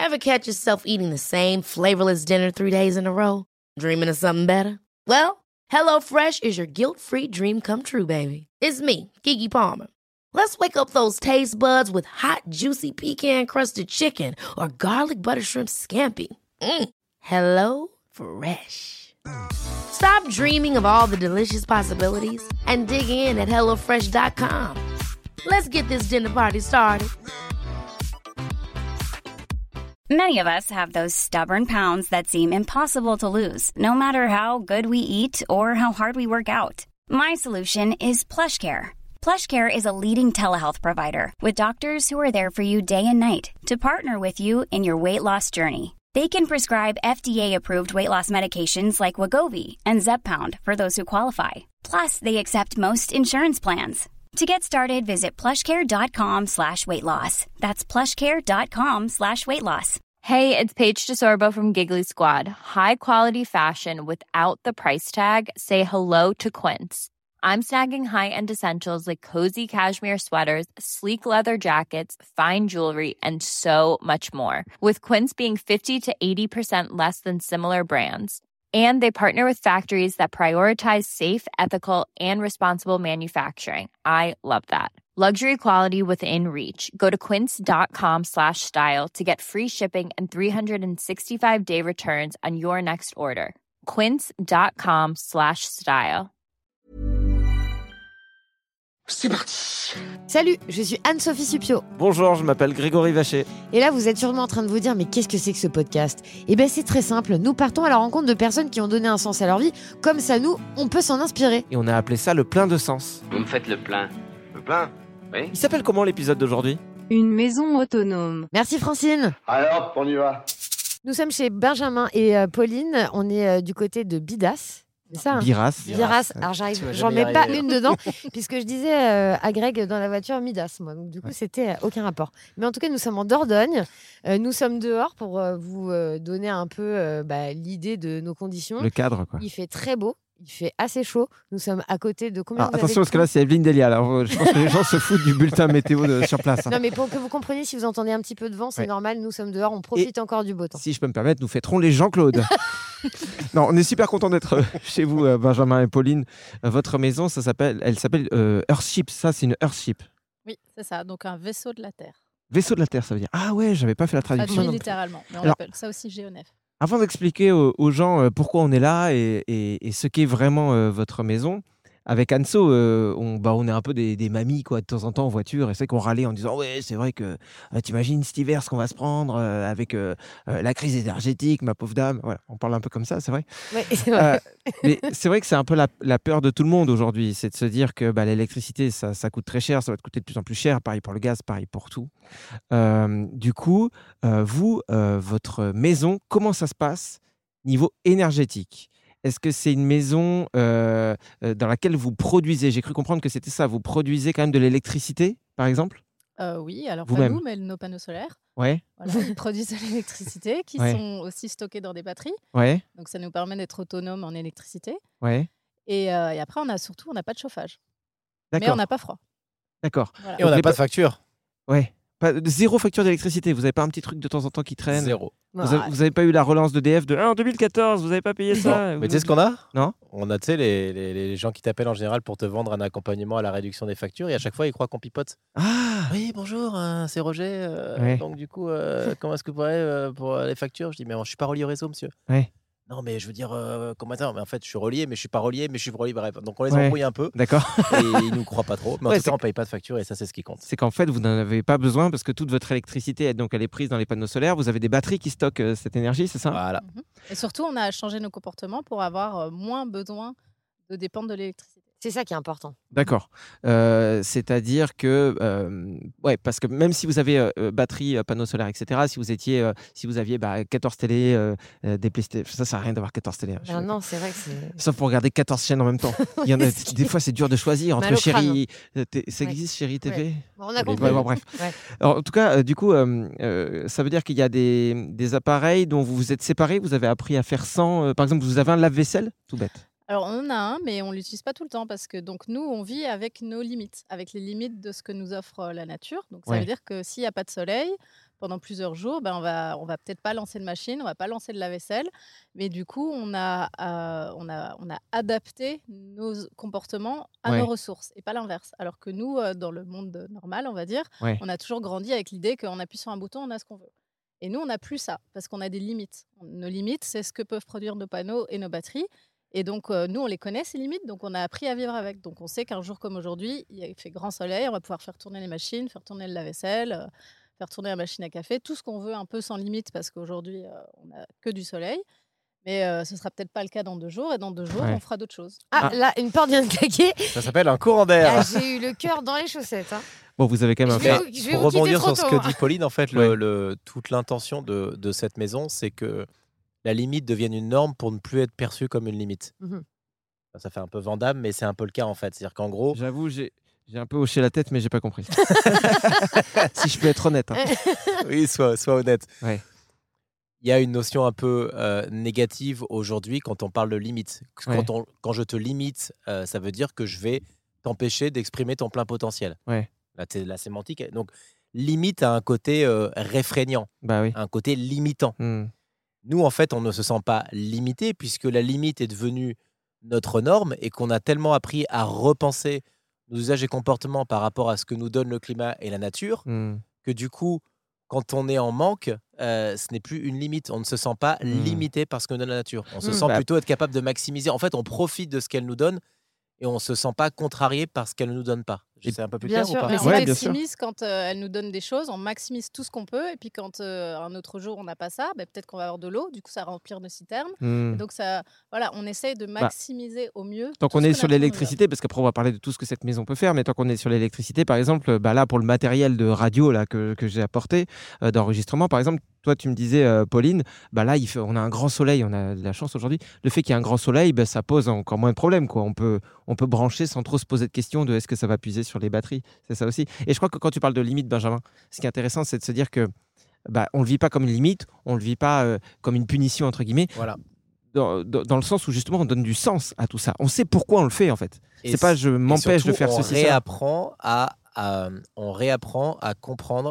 Ever catch yourself eating the same flavorless dinner 3 days in a row? Dreaming of something better? Well, HelloFresh is your guilt-free dream come true, baby. It's me, Keke Palmer. Let's wake up those taste buds with hot, juicy pecan-crusted chicken or garlic butter shrimp scampi. Hello Fresh. Stop dreaming of all the delicious possibilities and dig in at HelloFresh.com. Let's get this dinner party started. Many of us have those stubborn pounds that seem impossible to lose, no matter how good we eat or how hard we work out. My solution is PlushCare. PlushCare is a leading telehealth provider with doctors who are there for you day and night to partner with you in your weight loss journey. They can prescribe FDA-approved weight loss medications like Wegovy and Zepbound for those who qualify. Plus, they accept most insurance plans. To get started, visit plushcare.com/weightloss. That's plushcare.com/weightloss. Hey, it's Paige DeSorbo from Giggly Squad. High quality fashion without the price tag. Say hello to Quince. I'm snagging high-end essentials like cozy cashmere sweaters, sleek leather jackets, fine jewelry, and so much more. With Quince being 50 to 80% less than similar brands. And they partner with factories that prioritize safe, ethical, and responsible manufacturing. I love that. Luxury quality within reach. Go to quince.com/style to get free shipping and 365-day returns on your next order. Quince.com/style. C'est parti. Salut, je suis Anne-Sophie Suppiot. Bonjour, je m'appelle Grégory Vacher. Et là, vous êtes sûrement en train de vous dire, mais qu'est-ce que c'est que ce podcast ? Eh bien, c'est très simple. Nous partons à la rencontre de personnes qui ont donné un sens à leur vie. Comme ça, nous, on peut s'en inspirer. Et on a appelé ça le plein de sens. Vous me faites le plein. Le plein ? Oui. Il s'appelle comment l'épisode d'aujourd'hui ? Une maison autonome. Merci Francine. Alors, on y va. Nous sommes chez Benjamin et Pauline. On est du côté de Bidas. C'est ça, hein ? Biras. Biras. Alors j'en mets pas une dedans, puisque je disais à Greg dans la voiture Midas, moi. Donc du coup, c'était aucun rapport. Mais en tout cas, nous sommes en Dordogne. Nous sommes dehors pour vous donner un peu l'idée de nos conditions. Le cadre, quoi. Il fait très beau. Il fait assez chaud. Nous sommes à côté de combien vous attention, parce avez que là, c'est Evelyne Delia. Alors, je pense que les gens se foutent du bulletin météo sur place. Hein. Non, mais pour que vous compreniez, si vous entendez un petit peu de vent, c'est normal. Nous sommes dehors, on profite encore du beau temps. Si je peux me permettre, nous fêterons les Jean-Claude. Non, on est super content d'être chez vous, Benjamin et Pauline. Votre maison, elle s'appelle Earthship. Ça, c'est une Earthship. Oui, c'est ça. Donc un vaisseau de la Terre. Vaisseau de la Terre, ça veut dire. Ah ouais, j'avais pas fait la traduction. Traduit littéralement. Mais on appelle ça aussi Géonef. Avant d'expliquer aux gens pourquoi on est là et ce qu'est vraiment votre maison, avec Anso, on est un peu des mamies quoi, de temps en temps en voiture. Et c'est qu'on râlait en disant « Ouais, c'est vrai que t'imagines cet hiver ce qu'on va se prendre avec la crise énergétique, ma pauvre dame. » Voilà, on parle un peu comme ça, c'est vrai. Ouais, c'est vrai. Mais c'est vrai que c'est un peu la peur de tout le monde aujourd'hui. C'est de se dire que l'électricité, ça coûte très cher, ça va te coûter de plus en plus cher. Pareil pour le gaz, pareil pour tout. Du coup, vous, votre maison, comment ça se passe niveau énergétique ? Est-ce que c'est une maison dans laquelle vous produisez ? J'ai cru comprendre que c'était ça. Vous produisez quand même de l'électricité, par exemple ? Oui, alors Vous-même. pas nous, mais nos panneaux solaires. Ouais. Voilà, ils produisent de l'électricité qui sont aussi stockés dans des batteries. Ouais. Donc ça nous permet d'être autonomes en électricité. Ouais. Et après, on n'a pas de chauffage. D'accord. Mais on n'a pas froid. D'accord. Voilà. Et on n'a pas de facture. Ouais. Zéro facture d'électricité. Vous n'avez pas un petit truc de temps en temps qui traîne ? Zéro. Vous n'avez pas eu la relance d'EDF en 2014, vous n'avez pas payé ça ? Mais tu sais ce qu'on a ? Non ? On a, tu sais, les gens qui t'appellent en général pour te vendre un accompagnement à la réduction des factures et à chaque fois, ils croient qu'on pipote. Ah ! Oui, bonjour, c'est Roger. Ouais. Donc, du coup, comment est-ce que vous pourrez pour les factures ? Je dis, mais je ne suis pas relié au réseau, monsieur. Ouais. Non, mais je veux dire, comment ça ? Mais en fait, je suis relié, mais je ne suis pas relié, mais je suis relié. Bref, donc on les Ouais. embrouille un peu. D'accord. Et ils ne nous croient pas trop. Mais en Ouais, tout cas, on ne paye pas de facture et ça, c'est ce qui compte. C'est qu'en fait, vous n'en avez pas besoin parce que toute votre électricité, elle est prise dans les panneaux solaires. Vous avez des batteries qui stockent cette énergie, c'est ça ? Voilà. Et surtout, on a changé nos comportements pour avoir moins besoin de dépendre de l'électricité. C'est ça qui est important. D'accord. C'est-à-dire que, parce que même si vous avez batterie, panneaux solaires, etc., si vous aviez 14 télés, des PlayStation, ça sert à rien d'avoir 14 télés. Hein, Non, c'est vrai que c'est... Sauf pour regarder 14 chaînes en même temps. Il y en a, des fois, c'est dur de choisir entre Mal au crâne, Chéri. Ça existe, Chéri TV ? Ouais. Bon, on a compris. Bref. Ouais. Alors, en tout cas, du coup, ça veut dire qu'il y a des appareils dont vous vous êtes séparés. Vous avez appris à faire sans. Par exemple, vous avez un lave-vaisselle, tout bête. Alors, on en a un, mais on ne l'utilise pas tout le temps parce que donc, nous, on vit avec nos limites, avec les limites de ce que nous offre la nature. Donc, ça Ouais. veut dire que s'il n'y a pas de soleil, pendant plusieurs jours, on va peut-être pas lancer de machine, on va pas lancer de lave-vaisselle, mais du coup, on a adapté nos comportements à nos ressources et pas l'inverse. Alors que nous, dans le monde normal, on va dire, on a toujours grandi avec l'idée qu'on appuie sur un bouton, on a ce qu'on veut. Et nous, on n'a plus ça parce qu'on a des limites. Nos limites, c'est ce que peuvent produire nos panneaux et nos batteries. Et donc, nous, on les connaît, ces limites, donc on a appris à vivre avec. Donc, on sait qu'un jour comme aujourd'hui, il fait grand soleil, on va pouvoir faire tourner les machines, faire tourner le lave-vaisselle, faire tourner la machine à café, tout ce qu'on veut un peu sans limite parce qu'aujourd'hui, on n'a que du soleil. Mais ce ne sera peut-être pas le cas dans 2 jours. Et dans 2 jours, on fera d'autres choses. Là, une porte vient de claquer. Ça s'appelle un courant d'air. J'ai eu le cœur dans les chaussettes. Bon, vous avez quand même Pour rebondir sur ce que dit Pauline, en fait, toute l'intention de cette maison, c'est que la limite devienne une norme pour ne plus être perçue comme une limite. Ça fait un peu Van Damme, mais c'est un peu le cas, en fait. C'est-à-dire qu'en gros... J'avoue, j'ai un peu hoché la tête, mais j'ai pas compris. Si je peux être honnête. Oui, sois honnête. Ouais. Il y a une notion un peu négative aujourd'hui quand on parle de limite. Quand je te limite, ça veut dire que je vais t'empêcher d'exprimer ton plein potentiel. Là, c'est la sémantique. Donc, limite a un côté réfrénant, un côté limitant. Nous, en fait, on ne se sent pas limité puisque la limite est devenue notre norme et qu'on a tellement appris à repenser nos usages et comportements par rapport à ce que nous donne le climat et la nature que du coup, quand on est en manque, ce n'est plus une limite. On ne se sent pas limité par ce que nous donne la nature. On se sent plutôt être capable de maximiser. En fait, on profite de ce qu'elle nous donne et on ne se sent pas contrarié par ce qu'elle ne nous donne pas. C'est un peu plus clair ou pas? Mais on maximise quand elle nous donne des choses, on maximise tout ce qu'on peut. Et puis quand un autre jour, on n'a pas ça, peut-être qu'on va avoir de l'eau. Du coup, ça va remplir nos citernes. Et donc, on essaye de maximiser au mieux. Tant qu'on est sur l'électricité, parce qu'après, on va parler de tout ce que cette maison peut faire, mais tant qu'on est sur l'électricité, par exemple, là, pour le matériel de radio là, que j'ai apporté, d'enregistrement, par exemple, toi, tu me disais, Pauline, là, on a un grand soleil, on a de la chance aujourd'hui. Le fait qu'il y ait un grand soleil, ça pose encore moins de problèmes, quoi. On peut brancher sans trop se poser de questions de est-ce que ça va puiser sur les batteries. C'est ça aussi. Et je crois que quand tu parles de limite, Benjamin, ce qui est intéressant, c'est de se dire que on ne le vit pas comme une limite, on ne le vit pas comme une punition, entre guillemets. Voilà. Dans le sens où justement on donne du sens à tout ça. On sait pourquoi on le fait en fait. C'est pas je m'empêche de faire ceci. On réapprend à comprendre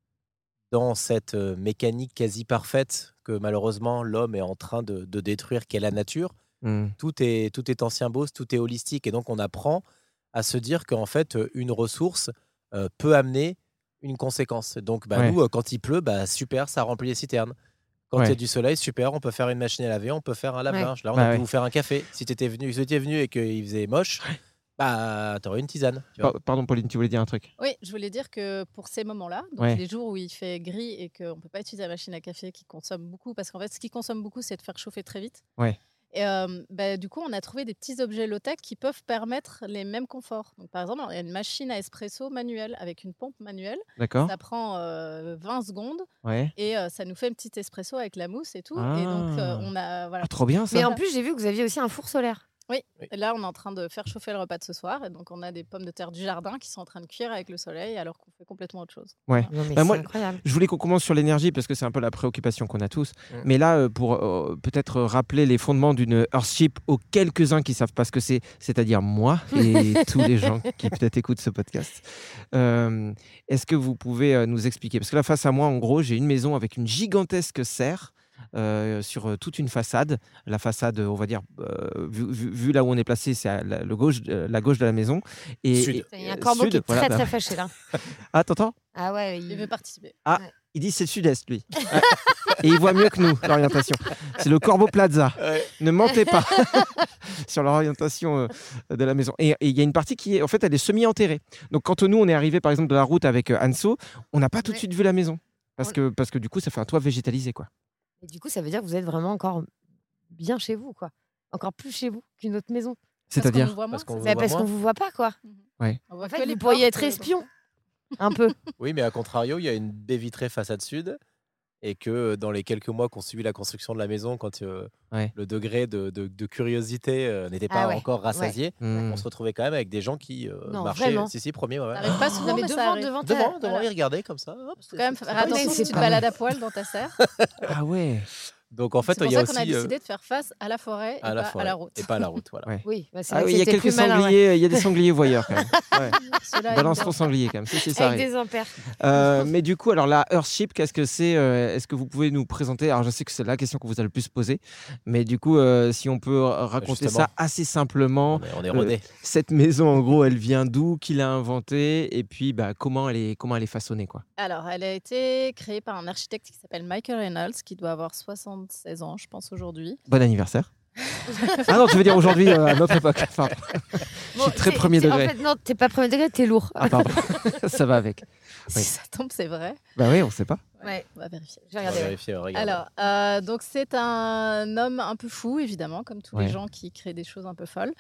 dans cette mécanique quasi parfaite que malheureusement l'homme est en train de détruire, qu'est la nature. Tout est en symbiose, tout est holistique. Et donc on apprend à se dire qu'en fait une ressource peut amener une conséquence. Donc nous, quand il pleut, super, ça remplit les citernes. Quand il y a du soleil, super, on peut faire une machine à laver, on peut faire un lave-linge. Là, on a pu vous faire un café. Si tu étais venu et qu'il faisait moche, t'aurais une tisane. Pardon, Pauline, tu voulais dire un truc? Oui, je voulais dire que pour ces moments-là, donc les jours où il fait gris et qu'on ne peut pas utiliser la machine à café qui consomme beaucoup, parce qu'en fait, ce qui consomme beaucoup, c'est de faire chauffer très vite. Et du coup, on a trouvé des petits objets low-tech qui peuvent permettre les mêmes conforts. Donc, par exemple, il y a une machine à espresso manuelle avec une pompe manuelle. D'accord. Ça prend 20 secondes et ça nous fait un petit espresso avec la mousse et tout. Et donc, on a... Voilà. Trop bien ça. Mais en plus, j'ai vu que vous aviez aussi un four solaire. Oui. Et là, on est en train de faire chauffer le repas de ce soir. Et donc, on a des pommes de terre du jardin qui sont en train de cuire avec le soleil alors qu'on fait complètement autre chose. Ouais. Non, mais moi, incroyable. Je voulais qu'on commence sur l'énergie parce que c'est un peu la préoccupation qu'on a tous. Mais là, pour peut-être rappeler les fondements d'une Earthship aux quelques-uns qui ne savent pas ce que c'est-à-dire moi et tous les gens qui peut-être écoutent ce podcast, est-ce que vous pouvez nous expliquer? Parce que là, face à moi, en gros, j'ai une maison avec une gigantesque serre. Sur toute une façade. La façade, on va dire, vu là où on est placé, c'est à la gauche de la maison. Il y a un corbeau qui est très fâché là. Ah, t'entends? Ah ouais, il veut participer. Ah, il dit c'est le sud-est, lui. Et il voit mieux que nous, l'orientation. C'est le Corbeau Plaza. Ne mentez pas sur l'orientation de la maison. Et il y a une partie qui est, en fait, elle est semi-enterrée. Donc, quand nous, on est arrivé, par exemple, de la route avec Anso, on n'a pas tout de suite vu la maison. Parce que du coup, ça fait un toit végétalisé, quoi. Et du coup, ça veut dire que vous êtes vraiment encore bien chez vous, quoi. Encore plus chez vous qu'une autre maison. C'est-à-dire parce qu'on vous voit pas, quoi. Ouais. En fait, vous pourriez être espion, un peu. Oui, mais à contrario, il y a une baie vitrée façade sud et que dans les quelques mois qu'on suivi la construction de la maison, quand le degré de curiosité n'était pas encore rassasié, on se retrouvait quand même avec des gens qui marchaient. Vraiment. Si, premier. Ça arrive pas souvent, mais ça arrive. Devant, ils regardaient comme ça. Hop, faut quand même faire attention si tu te balades à poil dans ta serre. Ah ouais. Donc en fait, C'est pour il y a ça qu'on a aussi décidé de faire face à la forêt et pas à la route. et pas à la route, voilà. Ouais. Oui, bah, c'est Ah vrai oui, que il y a c'était quelques plus malin, sangliers, il y a des sangliers voyeurs quand même. Ouais. Ceux-là, Balance ils ton me- sanglier quand même. Si, ça avec arrive. des ampères. Mais du coup, alors la Earthship, qu'est-ce que c'est Est-ce que vous pouvez nous présenter Alors je sais que c'est la question que vous avez le plus posée, mais du coup, si on peut raconter Justement. ça assez simplement. On est rodés. Cette maison, en gros, elle vient d'où Qui l'a inventée Et puis, comment elle est façonnée, quoi. Alors, elle a été créée par un architecte qui s'appelle Michael Reynolds, qui doit avoir 76 ans, je pense, aujourd'hui. Bon anniversaire. Ah non, tu veux dire aujourd'hui, à notre époque. Pardon. Je suis très premier degré. En fait, non, t'es pas premier degré, t'es lourd. Ah pardon, ça va avec. Si ça tombe, c'est vrai. Bah oui, on sait pas. Ouais. On va vérifier. Je vais On va regarder. vérifier, regarde. Alors, donc c'est un homme un peu fou, évidemment, comme tous Ouais. les gens qui créent des choses un peu folles,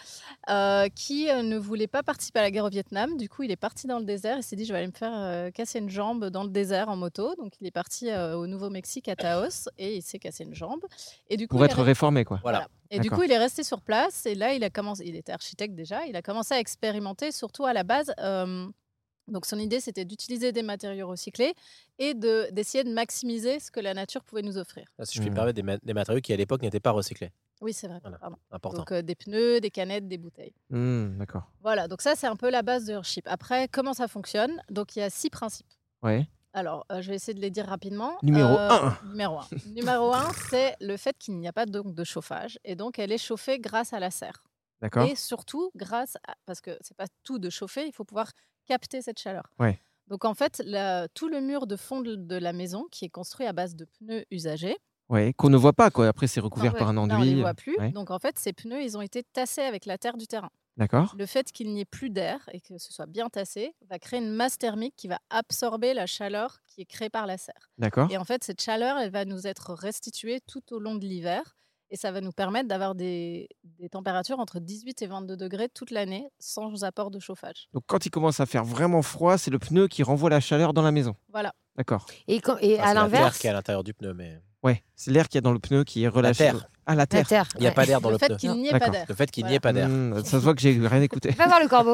qui ne voulait pas participer à la guerre au Vietnam. Du coup, il est parti dans le désert. Il s'est dit, je vais aller me faire casser une jambe dans le désert en moto. Donc, il est parti au Nouveau-Mexique, à Taos, et il s'est cassé une jambe. Et du coup, Pour il être est réformé, quoi. Voilà. Et du D'accord. coup, il est resté sur place. Et là, il était architecte déjà. Il a commencé à expérimenter, surtout à la base. Donc, son idée, c'était d'utiliser des matériaux recyclés et d'essayer de maximiser ce que la nature pouvait nous offrir. Si je puis me permettre, des matériaux qui à l'époque n'étaient pas recyclés. Oui, c'est vrai. Voilà. Pardon. Important. Donc, des pneus, des canettes, des bouteilles. D'accord. Voilà, donc ça, c'est un peu la base de Earthship. Après, comment ça fonctionne? Donc, il y a 6 principes. Ouais. Alors, je vais essayer de les dire rapidement. Numéro 1. Numéro 1, c'est le fait qu'il n'y a pas donc de chauffage. Et donc, elle est chauffée grâce à la serre. D'accord. Et surtout, parce que c'est pas tout de chauffer, il faut pouvoir capter cette chaleur. Ouais. Donc, en fait, tout le mur de fond de la maison, qui est construit à base de pneus usagés, Ouais, qu'on ne voit pas, quoi. Après, c'est recouvert ouais, par un là, on ne enduit. les voit plus. Ouais. Donc, en fait, ces pneus, ils ont été tassés avec la terre du terrain. D'accord. Le fait qu'il n'y ait plus d'air et que ce soit bien tassé va créer une masse thermique qui va absorber la chaleur qui est créée par la serre. D'accord. Et en fait, cette chaleur, elle va nous être restituée tout au long de l'hiver et ça va nous permettre d'avoir des températures entre 18 et 22 degrés toute l'année sans apport de chauffage. Donc, quand il commence à faire vraiment froid, c'est le pneu qui renvoie la chaleur dans la maison. Voilà. D'accord. Et Enfin, à c'est la terre l'inverse, qui est à l'intérieur du pneu, mais Ouais, c'est l'air qu'il y a dans le pneu qui est relâché. terre. Ah, la la terre. terre. il n'y a pas d'air dans Le le fait pneu. qu'il n'y ait D'accord. pas d'air. Le fait qu'il n'y Voilà. ait pas d'air. Ça se voit que j'ai rien écouté. Va voir le corbeau.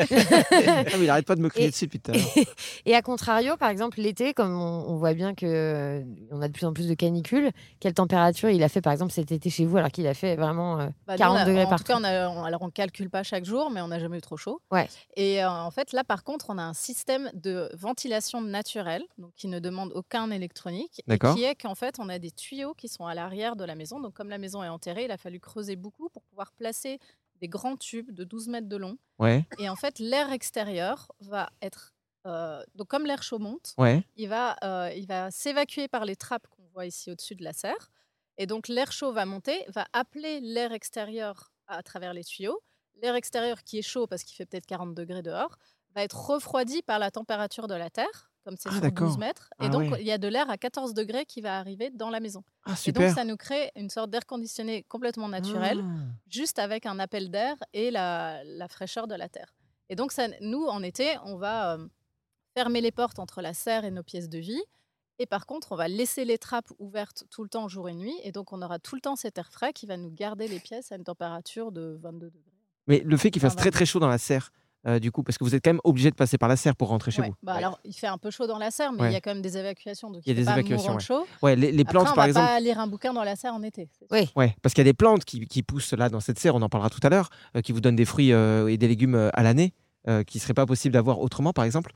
Ah, mais il arrête pas de me crier Et- dessus depuis tout à l'heure. Et à contrario, par exemple, l'été, comme on voit bien que on a de plus en plus de canicules, quelle température il a fait, par exemple, cet été chez vous, alors qu'il a fait vraiment Bah, nous, 40 degrés en partout. tout cas, alors on calcule pas chaque jour, mais on n'a jamais eu trop chaud. Ouais. Et en fait, là, par contre, on a un système de ventilation naturelle, donc qui ne demande aucun électronique, et D'accord. qui est qu'en fait, on a des tuyaux qui sont à l'arrière de la maison. Donc, comme la maison est enterrée, il a fallu creuser beaucoup pour pouvoir placer des grands tubes de 12 mètres de long. Ouais, Et en fait, l'air extérieur va être donc comme l'air chaud monte, ouais. il va s'évacuer par les trappes qu'on voit ici au-dessus de la serre. Et donc, l'air chaud va monter, va appeler l'air extérieur à travers les tuyaux. L'air extérieur qui est chaud parce qu'il fait peut-être 40 degrés dehors, va être refroidi par la température de la terre, comme c'est Ah, sur d'accord. 12 mètres. Et Ah, donc, ouais. il y a de l'air à 14 degrés qui va arriver dans la maison. Ah, Et donc, super. ça nous crée une sorte d'air conditionné complètement naturel, Ah. juste avec un appel d'air et la fraîcheur de la terre. Et donc, ça, nous, en été, on va fermer les portes entre la serre et nos pièces de vie. Et par contre, on va laisser les trappes ouvertes tout le temps, jour et nuit. Et donc, on aura tout le temps cet air frais qui va nous garder les pièces à une température de 22 degrés. Mais le fait qu'il fasse Enfin, très très chaud dans la serre, du coup, parce que vous êtes quand même obligé de passer par la serre pour rentrer chez Ouais. vous. Bah, alors, il fait un peu chaud dans la serre, mais Ouais. il y a quand même des évacuations. Donc, Il y a fait des pas évacuations, mourant de chaud. Ouais, les plantes, Après, on par va exemple. pas lire un bouquin dans la serre en été. c'est sûr. Oui. Ouais, parce qu'il y a des plantes qui poussent là dans cette serre, on en parlera tout à l'heure, qui vous donnent des fruits et des légumes à l'année, qui ne seraient pas possibles d'avoir autrement, par exemple.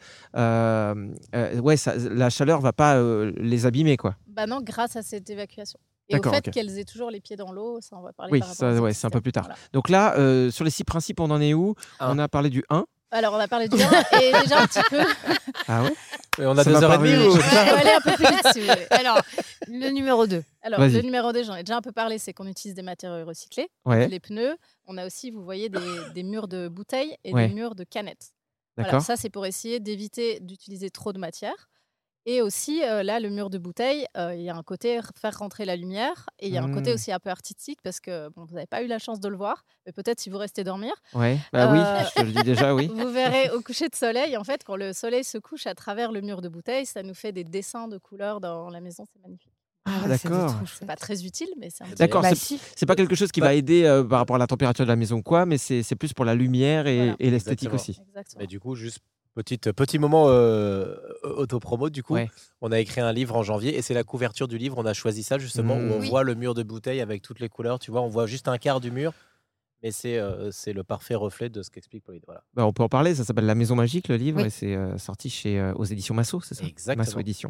Ouais, la chaleur va pas les abîmer, quoi. Bah non, grâce à cette évacuation. Et au D'accord, fait ok. qu'elles aient toujours les pieds dans l'eau, ça on va parler Oui, par rapport ça, aux ouais, c'est un peu écosystèmes. plus tard. Voilà. Donc là, sur les 6 principes, on en est où? Un. On a parlé du 1. Alors on a parlé du 1 et déjà un petit peu. Ah ouais? Mais on a Ça m'a 2h30 paru- ou... On va aller un peu plus vite si vous voulez. Alors, le numéro 2. Alors Vas-y. le numéro 2, j'en ai déjà un peu parlé, c'est qu'on utilise des matériaux recyclés. Ouais, Les pneus, on a aussi, vous voyez, des murs de bouteilles et Ouais. des murs de canettes. Voilà, d'accord. ça c'est pour essayer d'éviter d'utiliser trop de matière. Et aussi, là, le mur de bouteille, il y a un côté faire rentrer la lumière. Et il y a un côté aussi un peu artistique parce que bon, vous n'avez pas eu la chance de le voir. Mais peut-être si vous restez dormir, Ouais, bah oui, Euh, je te le dis déjà, oui. vous verrez au coucher de soleil, en fait, quand le soleil se couche à travers le mur de bouteille, ça nous fait des dessins de couleurs dans la maison. C'est magnifique. Ah, d'accord. C'est pas très utile, mais c'est un petit D'accord, peu. Bah, c'est si. c'est pas quelque chose qui Bah- va aider par rapport à la température de la maison, quoi, mais c'est plus pour la lumière et, Voilà. et l'esthétique Exactement. aussi. Exactement. Mais du coup, juste Petit moment autopromo, du coup. On a écrit un livre en janvier et c'est la couverture du livre. On a choisi ça justement où on voit le mur de bouteille avec toutes les couleurs. Tu vois, on voit juste un quart du mur. Mais c'est le parfait reflet de ce qu'explique Pauline. Voilà. On peut en parler, ça s'appelle La Maison Magique, le livre, et c'est sorti aux éditions Massot, c'est ça? Exactement. Massot Édition.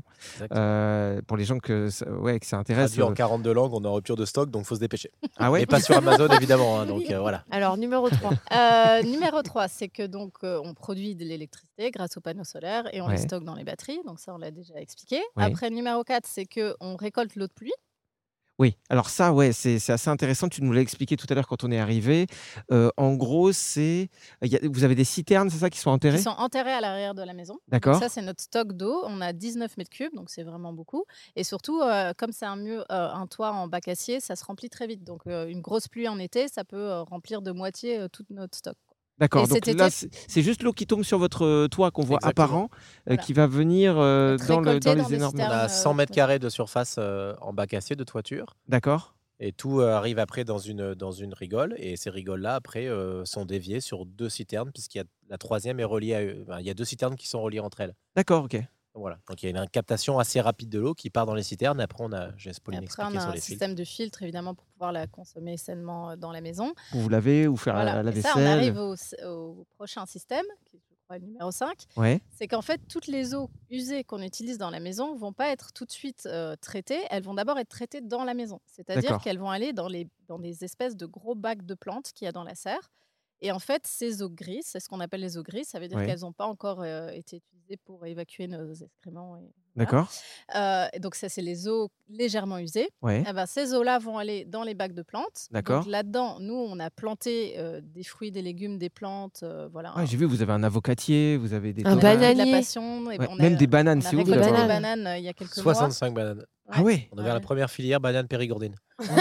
Pour les gens que ça intéresse. Traduit en 42 langues, on est en rupture de stock, donc il faut se dépêcher. Ah ouais? Et pas sur Amazon, évidemment. Hein, donc voilà. Alors, numéro 3. Numéro 3, c'est que donc, on produit de l'électricité grâce aux panneaux solaires et on les stocke dans les batteries. Donc ça, on l'a déjà expliqué. Après, numéro 4, c'est qu'on récolte l'eau de pluie. Oui, alors ça, c'est assez intéressant. Tu nous l'as expliqué tout à l'heure quand on est arrivé. En gros, vous avez des citernes, c'est ça, qui sont enterrées? Qui sont enterrées à l'arrière de la maison. D'accord. Donc ça, c'est notre stock d'eau. On a 19 mètres cubes, donc c'est vraiment beaucoup. Et surtout, comme c'est un toit en bac acier, ça se remplit très vite. Donc une grosse pluie en été, ça peut remplir de moitié tout notre stock. D'accord, donc là, c'est juste l'eau qui tombe sur votre toit qu'on voit apparent, qui va venir dans les énormes... On a 100 mètres carrés de surface en bac acier de toiture. D'accord. Et tout arrive après dans une rigole. Et ces rigoles-là, après, sont déviées sur 2 citernes, puisqu'il y a la troisième est reliée à... il y a 2 citernes qui sont reliées entre elles. D'accord, ok. Voilà. Donc il y a une captation assez rapide de l'eau qui part dans les citernes. Après, on a un système de filtre, évidemment, pour pouvoir la consommer sainement dans la maison. Pour vous laver ou faire la vaisselle. Ça, on arrive au prochain système, qui est, je crois, le numéro 5. Ouais. C'est qu'en fait, toutes les eaux usées qu'on utilise dans la maison ne vont pas être tout de suite traitées. Elles vont d'abord être traitées dans la maison. C'est-à-dire qu'elles vont aller dans des espèces de gros bacs de plantes qu'il y a dans la serre. Et en fait, ces eaux grises, c'est ce qu'on appelle les eaux grises, ça veut dire qu'elles n'ont pas encore été utilisées pour évacuer nos excréments. D'accord. Donc ça, c'est les eaux légèrement usées. Ouais. Ces eaux-là vont aller dans les bacs de plantes. D'accord. Donc là-dedans, nous, on a planté des fruits, des légumes, des plantes. Voilà. J'ai vu, vous avez un avocatier, vous avez un bananier. De la passion. Et même des bananes, c'est ouf. On a récolté des bananes il y a quelques 65 bananes. Ah ouais. On avait la première filière banane périgourdine.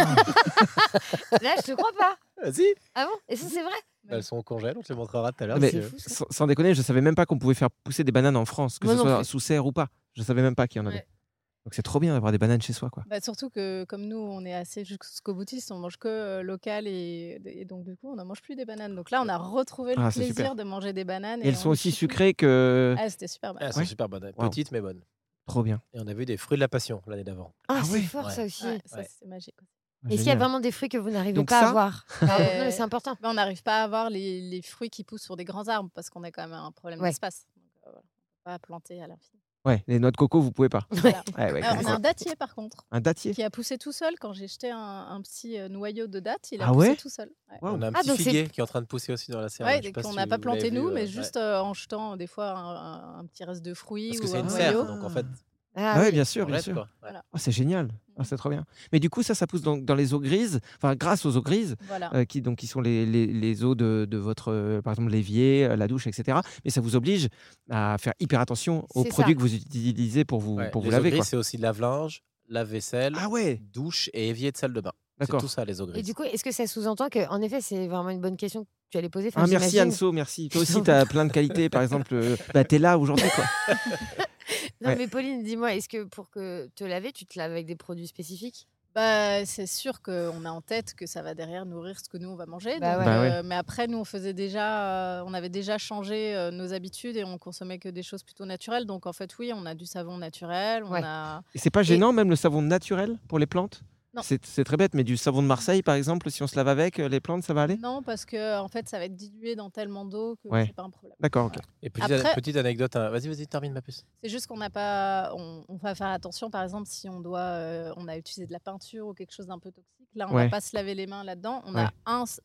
Là, je te crois pas. Vas-y. Ah bon? Et ça, c'est vrai? Elles sont au congèle, on te les montrera tout à l'heure. Mais sans déconner, je savais même pas qu'on pouvait faire pousser des bananes en France, que ce soit sous serre ou pas. Je savais même pas qu'il y en avait. Donc c'est trop bien d'avoir des bananes chez soi, quoi. Surtout que comme nous, on est assez jusqu'au boutiste, on mange que local et donc du coup, on n'en mange plus des bananes. Donc là, on a retrouvé le plaisir de manger des bananes. Et elles sont aussi sucrées que... C'était super bon. Elles sont super bonnes, petites mais bonnes. Trop bien. Et on a vu des fruits de la passion l'année d'avant. Ah, c'est fort ça aussi. Ça, c'est magique. Est-ce qu'il y a vraiment des fruits que vous n'arrivez pas à avoir? Non, mais c'est important. On n'arrive pas à avoir les fruits qui poussent sur des grands arbres parce qu'on a quand même un problème d'espace. Donc, on ne peut pas planter à l'infini. Ouais, les noix de coco, vous pouvez pas. Voilà. On a un dattier par contre. Un dattier qui a poussé tout seul. Quand j'ai jeté un petit noyau de datte, il a poussé tout seul. Ouais. On a un petit figuier qui est en train de pousser aussi dans la serre. Ouais, qu'on n'a pas planté nous, mais juste en jetant des fois un petit reste de fruits. Parce que c'est un une noyau. serre, donc en fait. Oui, bien sûr, bien reste, sûr. Voilà. C'est génial, c'est trop bien. Mais du coup, ça pousse dans les eaux grises, enfin grâce aux eaux grises, qui sont les eaux de votre, par exemple, l'évier, la douche, etc. Mais ça vous oblige à faire hyper attention aux produits que vous utilisez pour vous laver. Les eaux grises, c'est aussi lave-linge, lave-vaisselle, douche et évier de salle de bain. C'est tout ça, les eaux grises. Et du coup, est-ce que ça sous-entend qu'en effet, c'est vraiment une bonne question que tu allais poser? Merci Anso, merci. Toi aussi, tu as plein de qualités. Par exemple, tu es là aujourd'hui, quoi. Non, mais Pauline, dis-moi, est-ce que pour te laver, tu te laves avec des produits spécifiques? C'est sûr qu'on a en tête que ça va derrière nourrir ce que nous on va manger. Mais après, nous on avait déjà changé nos habitudes et on consommait que des choses plutôt naturelles. Donc en fait, oui, on a du savon naturel. Et c'est pas gênant même le savon naturel pour les plantes? Non. C'est très bête, mais du savon de Marseille, par exemple, si on se lave avec les plantes, ça va aller? Non, parce que en fait, ça va être dilué dans tellement d'eau que c'est pas un problème. D'accord, ok. Et petite anecdote, vas-y, termine ma puce. C'est juste qu'on n'a pas, on va faire attention, par exemple, si on a utilisé de la peinture ou quelque chose d'un peu toxique. Là, on va pas se laver les mains là-dedans. On a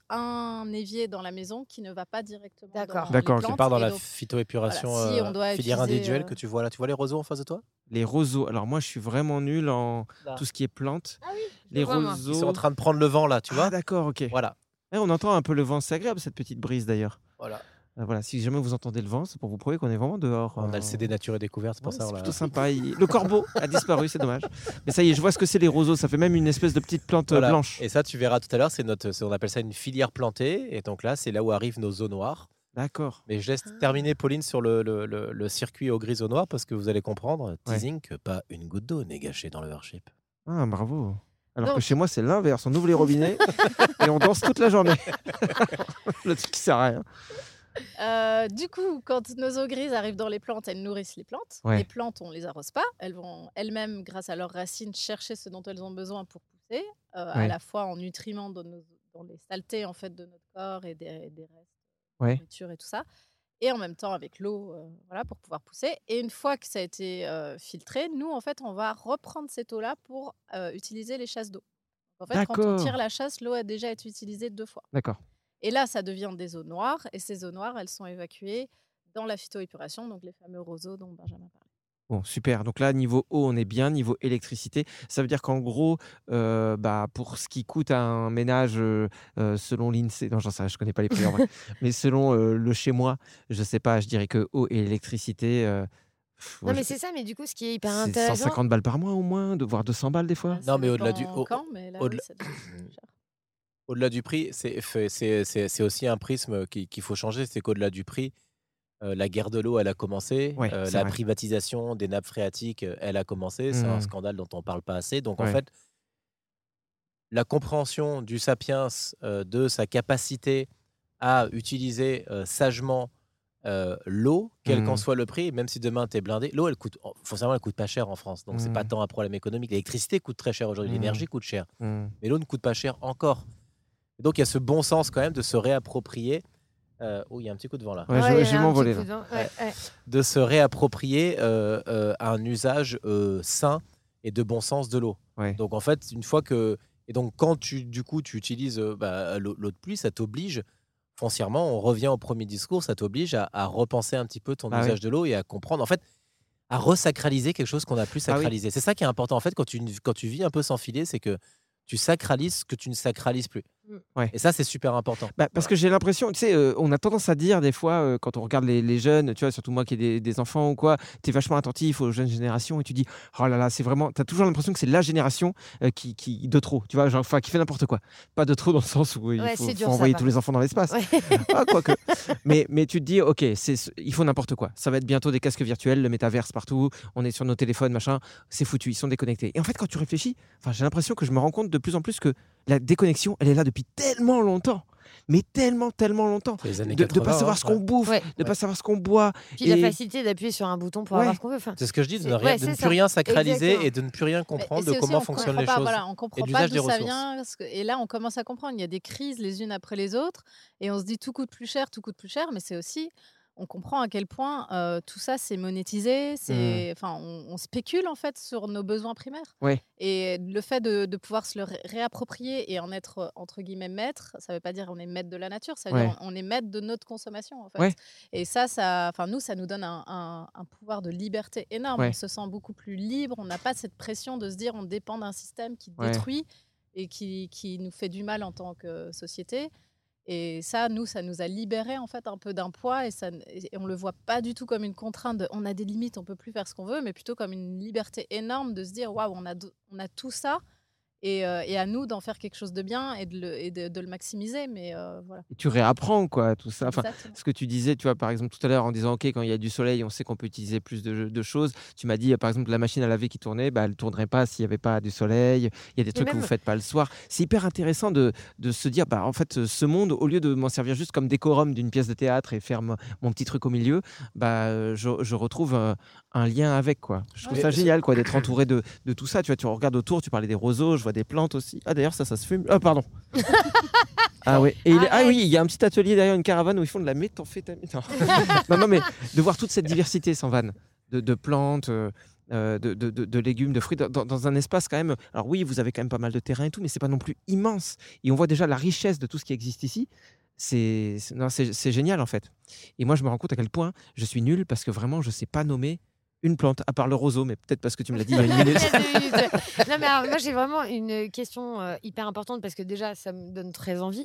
un évier dans la maison qui ne va pas directement dans les plantes. Qui part dans la phytoépuration filière individuelle que tu vois là. Tu vois les roseaux en face de toi? Les roseaux. Alors moi, je suis vraiment nul en tout ce qui est plantes. Ah oui. Les roseaux. Ils sont en train de prendre le vent là, tu vois? Ah d'accord, ok. Voilà. On entend un peu le vent, c'est agréable cette petite brise d'ailleurs. Voilà. Voilà, si jamais vous entendez le vent, c'est pour vous prouver qu'on est vraiment dehors. On a le CD Nature et Découverte, c'est pour ça. C'est plutôt sympa. Le corbeau a disparu, c'est dommage. Mais ça y est, je vois ce que c'est les roseaux. Ça fait même une espèce de petite plante blanche. Et ça, tu verras tout à l'heure, on appelle ça une filière plantée. Et donc là, c'est là où arrivent nos eaux noires. D'accord. Mais je laisse terminer Pauline sur le circuit aux grises eaux noires parce que vous allez comprendre, teasing, que pas une goutte d'eau n'est gâchée dans le Earthship. Ah, bravo. Alors que chez moi, c'est l'inverse. On ouvre les robinets et on danse toute la journée. Le truc qui sert à rien. Du coup, quand nos eaux grises arrivent dans les plantes, elles nourrissent les plantes. Les plantes, on les arrose pas. Elles vont elles-mêmes, grâce à leurs racines, chercher ce dont elles ont besoin pour pousser, à la fois en nutriments dans les saletés en fait de notre corps et des restes de nourriture et tout ça, et en même temps avec l'eau, pour pouvoir pousser. Et une fois que ça a été filtré, nous en fait, on va reprendre cette eau-là pour utiliser les chasses d'eau. En fait, quand on tire la chasse, l'eau a déjà été utilisée 2 fois. D'accord. Et là, ça devient des eaux noires. Et ces eaux noires, elles sont évacuées dans la phytoépuration, donc les fameux roseaux dont Benjamin parlait. Bon, super. Donc là, niveau eau, on est bien. Niveau électricité, ça veut dire qu'en gros, pour ce qui coûte à un ménage, selon l'INSEE, non, j'en sais rien, je connais pas les prix en vrai, mais selon le chez moi, je sais pas, je dirais que eau et électricité. Non, mais c'est ça, mais du coup, ce qui est hyper c'est intéressant. 150 balles par mois au moins, voire 200 balles des fois. Non, mais au-delà du. Au-delà du prix, c'est aussi un prisme qu'il faut changer, c'est qu'au-delà du prix, la guerre de l'eau, elle a commencé, la privatisation des nappes phréatiques, elle a commencé, c'est un scandale dont on ne parle pas assez. Donc en fait, la compréhension du sapiens, de sa capacité à utiliser sagement l'eau, quel qu'en soit le prix, même si demain tu es blindé, l'eau, elle coûte pas cher en France, donc c'est pas tant un problème économique. L'électricité coûte très cher aujourd'hui, l'énergie coûte cher, mais l'eau ne coûte pas cher encore. Et donc il y a ce bon sens quand même de se réapproprier. Il y a un petit coup de vent là. J'ai m'envolé là. De se réapproprier un usage sain et de bon sens de l'eau. Donc en fait, une fois que et donc quand tu utilises l'eau de pluie, ça t'oblige foncièrement, on revient au premier discours, ça t'oblige à repenser un petit peu ton usage de l'eau et à comprendre, en fait, à resacraliser quelque chose qu'on a plus sacralisé. C'est ça qui est important en fait quand tu vis un peu sans filet, c'est que tu sacralises ce que tu ne sacralises plus. Et ça, c'est super important. Parce que j'ai l'impression, tu sais, on a tendance à dire des fois, quand on regarde les jeunes, tu vois, surtout moi qui ai des enfants ou quoi, tu es vachement attentif aux jeunes générations et tu dis, oh là là, c'est vraiment, tu as toujours l'impression que c'est la génération qui de trop, tu vois, genre, qui fait n'importe quoi. Pas de trop dans le sens où il faut envoyer tous les enfants dans l'espace. Quoique. Mais tu te dis, ok, il faut n'importe quoi. Ça va être bientôt des casques virtuels, le métaverse partout, on est sur nos téléphones, machin, c'est foutu, ils sont déconnectés. Et en fait, quand tu réfléchis, j'ai l'impression que je me rends compte de plus en plus que la déconnexion, elle est là depuis tellement longtemps, mais tellement longtemps, de ne pas savoir ce qu'on bouffe, de ne pas savoir ce qu'on boit. Puis la facilité d'appuyer sur un bouton pour avoir ce qu'on veut. C'est ce que je dis, de ne plus rien sacraliser et de ne plus rien comprendre de comment fonctionnent les choses. On ne comprend pas d'où ça vient. Et là, on commence à comprendre. Il y a des crises les unes après les autres. Et on se dit tout coûte plus cher, mais c'est aussi... On comprend à quel point tout ça, c'est monétisé. On spécule en fait sur nos besoins primaires. Et le fait de pouvoir se le réapproprier et en être, entre guillemets, maître, ça ne veut pas dire qu'on est maître de la nature, ça veut dire qu'on est maître de notre consommation. En fait. Et ça nous donne un pouvoir de liberté énorme. On se sent beaucoup plus libre. On n'a pas cette pression de se dire on dépend d'un système qui détruit et qui nous fait du mal en tant que société. Et ça nous a libérés en fait un peu d'un poids et on le voit pas du tout comme une contrainte. On a des limites, on peut plus faire ce qu'on veut, mais plutôt comme une liberté énorme de se dire waouh, on a tout ça et à nous d'en faire quelque chose de bien et de le maximiser. Mais voilà. Et tu réapprends quoi tout ça. Ce que tu disais, tu vois par exemple tout à l'heure en disant ok quand il y a du soleil, on sait qu'on peut utiliser plus de choses. Tu m'as dit par exemple la machine à laver qui tournait, elle tournerait pas s'il y avait pas du soleil. Il y a des trucs que vous faites pas le soir. C'est hyper intéressant de se dire en fait ce monde, au lieu de m'en servir juste comme décorum d'une pièce de théâtre et faire mon petit truc au milieu, je retrouve un lien avec quoi. Je trouve ça génial quoi d'être entouré de tout ça. Tu vois, tu regardes autour, tu parlais des roseaux, je vois des plantes aussi. Ah d'ailleurs ça se fume. Ah pardon. Oui, il y a un petit atelier derrière une caravane où ils font de la méthamphétamine. non, mais de voir toute cette diversité sans vanne de plantes, de légumes, de fruits dans un espace quand même. Alors oui, vous avez quand même pas mal de terrain et tout, mais c'est pas non plus immense. Et on voit déjà la richesse de tout ce qui existe ici. C'est génial en fait. Et moi je me rends compte à quel point je suis nul parce que vraiment je sais pas nommer une plante, à part le roseau, mais peut-être parce que tu me l'as dit il y a une minute. Non, mais alors, moi, j'ai vraiment une question hyper importante parce que déjà, ça me donne très envie.